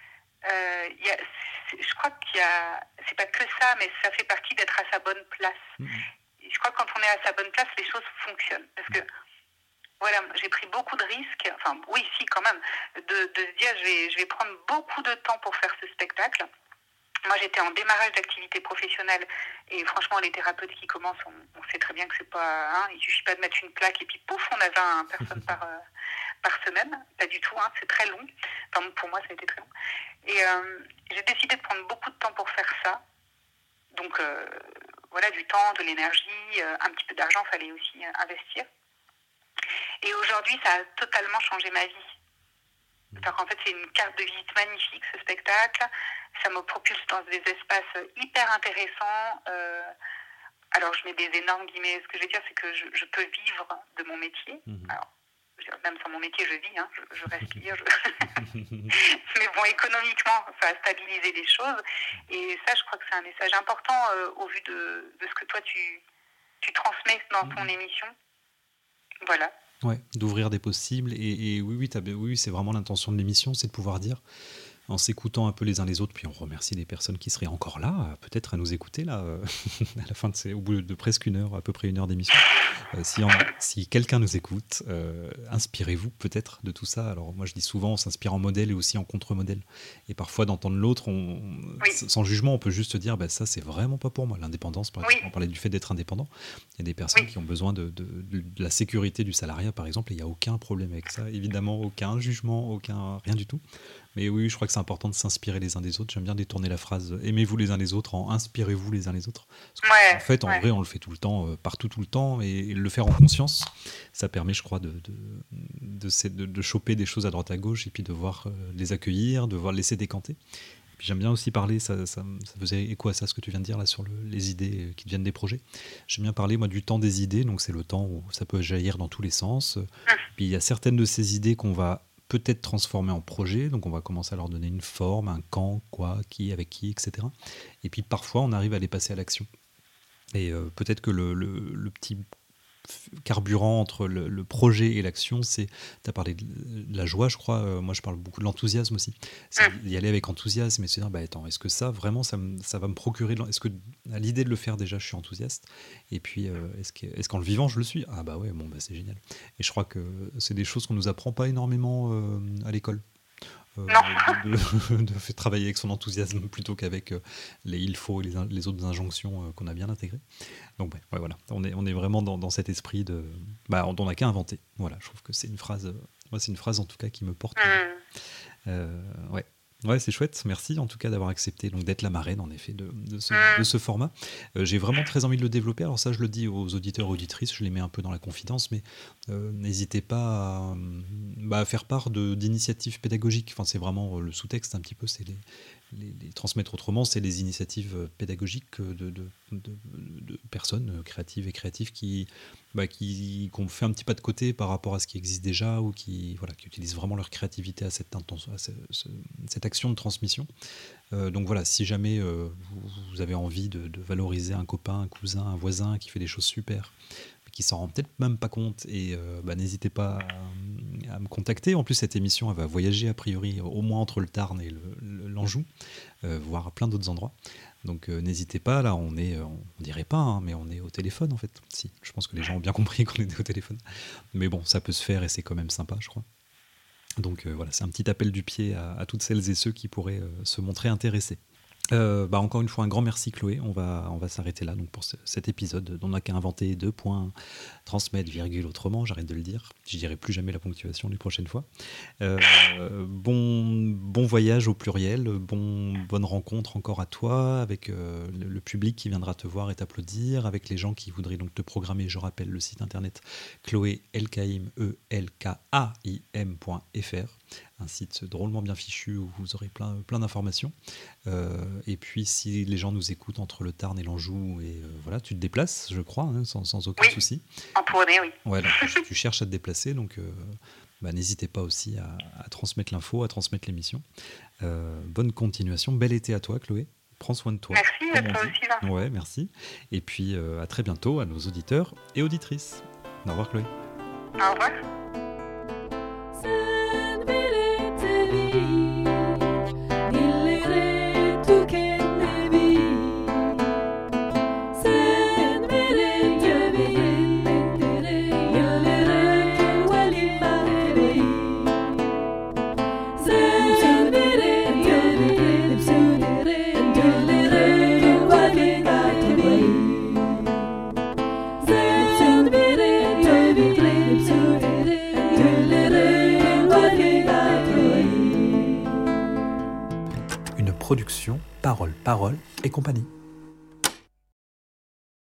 Je crois c'est pas que ça, mais ça fait partie d'être à sa bonne place. Et je crois que quand on est à sa bonne place, les choses fonctionnent, parce que voilà, j'ai pris beaucoup de risques, enfin oui, si quand même, de se dire je vais prendre beaucoup de temps pour faire ce spectacle. Moi j'étais en démarrage d'activité professionnelle et franchement les thérapeutes qui commencent, on sait très bien que c'est pas, il suffit pas de mettre une plaque et puis pouf, on a 20 personnes par semaine, pas du tout, c'est très long, enfin pour moi ça a été très long. Et j'ai décidé de prendre beaucoup de temps pour faire ça, donc voilà, du temps, de l'énergie, un petit peu d'argent, fallait aussi investir. Et aujourd'hui, ça a totalement changé ma vie. Alors qu'en fait, c'est une carte de visite magnifique, ce spectacle. Ça me propulse dans des espaces hyper intéressants. Alors, je mets des énormes guillemets. Ce que je veux dire, c'est que je peux vivre de mon métier. Alors, même sans mon métier, je vis, je respire. Mais bon, économiquement, ça a stabilisé les choses. Et ça, je crois que c'est un message important au vu de ce que toi, tu transmets dans ton émission. Voilà. Ouais, d'ouvrir des possibles et oui, c'est vraiment l'intention de l'émission, c'est de pouvoir dire en s'écoutant un peu les uns les autres, puis on remercie les personnes qui seraient encore là, peut-être à nous écouter là, à la fin au bout de presque une heure, à peu près une heure d'émission. Si quelqu'un nous écoute, inspirez-vous peut-être de tout ça. Alors moi je dis souvent, on s'inspire en modèle et aussi en contre-modèle. Et parfois d'entendre l'autre, sans jugement, on peut juste dire, ça c'est vraiment pas pour moi. L'indépendance, par exemple, on parlait du fait d'être indépendant. Il y a des personnes qui ont besoin de la sécurité du salariat, par exemple, et il n'y a aucun problème avec ça. Évidemment, aucun jugement, rien du tout. Mais oui, je crois que c'est important de s'inspirer les uns des autres. J'aime bien détourner la phrase « aimez-vous les uns les autres » en « inspirez-vous les uns les autres ». En fait, en vrai, on le fait tout le temps, partout, tout le temps. Et le faire en conscience, ça permet, je crois, de choper des choses à droite à gauche et puis de voir les accueillir, de voir laisser décanter. Puis j'aime bien aussi parler, ça faisait écho à ça, ce que tu viens de dire là sur les idées qui deviennent des projets. J'aime bien parler, moi, du temps des idées. Donc, c'est le temps où ça peut jaillir dans tous les sens. Puis il y a certaines de ces idées qu'on va peut-être transformer en projet, donc on va commencer à leur donner une forme, un quand, quoi, qui, avec qui, etc. Et puis parfois on arrive à les passer à l'action. Et peut-être que le petit carburant entre le projet et l'action, tu as parlé de la joie, je crois, moi je parle beaucoup de l'enthousiasme aussi. C'est y aller avec enthousiasme et se dire, attends, est-ce que ça, vraiment, ça va me procurer, est-ce que à l'idée de le faire déjà, je suis enthousiaste, et puis est-ce qu'en le vivant, je le suis? Ah bah ouais, c'est génial. Et je crois que c'est des choses qu'on nous apprend pas énormément à l'école. De faire travailler avec son enthousiasme plutôt qu'avec les il faut et les autres injonctions qu'on a bien intégrées. Donc voilà, on est vraiment dans cet esprit de on n'a qu'à inventer. Voilà, je trouve que c'est une phrase, moi c'est une phrase en tout cas qui me porte. Ouais, c'est chouette. Merci en tout cas d'avoir accepté donc d'être la marraine en effet de ce format. J'ai vraiment très envie de le développer. Alors ça, je le dis aux auditeurs et auditrices, je les mets un peu dans la confidence, mais n'hésitez pas à faire part d'initiatives pédagogiques. Enfin, c'est vraiment le sous-texte un petit peu, c'est les transmettre autrement, c'est les initiatives pédagogiques de de personnes créatives et créatifs qui ont fait un petit pas de côté par rapport à ce qui existe déjà ou qui utilisent vraiment leur créativité à cette action de transmission. Donc voilà, si jamais vous avez envie de valoriser un copain, un cousin, un voisin qui fait des choses super, qui s'en rend peut-être même pas compte, et n'hésitez pas à me contacter. En plus, cette émission, elle va voyager a priori au moins entre le Tarn et l'Anjou, voire à plein d'autres endroits. Donc n'hésitez pas, là on dirait pas, hein, mais on est au téléphone en fait. Si, je pense que les gens ont bien compris qu'on était au téléphone. Mais bon, ça peut se faire et c'est quand même sympa, je crois. Donc voilà, c'est un petit appel du pied à toutes celles et ceux qui pourraient se montrer intéressés. Encore une fois, un grand merci Chloé. On va s'arrêter là donc pour cet épisode. On n'a qu'à inventer 2 points, transmettre, virgule autrement, j'arrête de le dire. Je dirai plus jamais la ponctuation les prochaines fois. Bon voyage au pluriel, bonne rencontre encore à toi, avec le public qui viendra te voir et t'applaudir, avec les gens qui voudraient donc te programmer. Je rappelle le site internet Chloé Elkaïm, elkaim.fr. Un site drôlement bien fichu où vous aurez plein d'informations. Et puis, si les gens nous écoutent entre le Tarn et l'Anjou, et voilà, tu te déplaces, je crois, hein, sans aucun souci. En tournée, oui. Ouais, donc, tu cherches à te déplacer, donc n'hésitez pas aussi à transmettre l'info, à transmettre l'émission. Bonne continuation, bel été à toi, Chloé. Prends soin de toi. Merci, à toi aussi, Vincent. Ouais, merci. Et puis, à très bientôt à nos auditeurs et auditrices. Au revoir, Chloé. Au revoir. Production Parole et compagnie.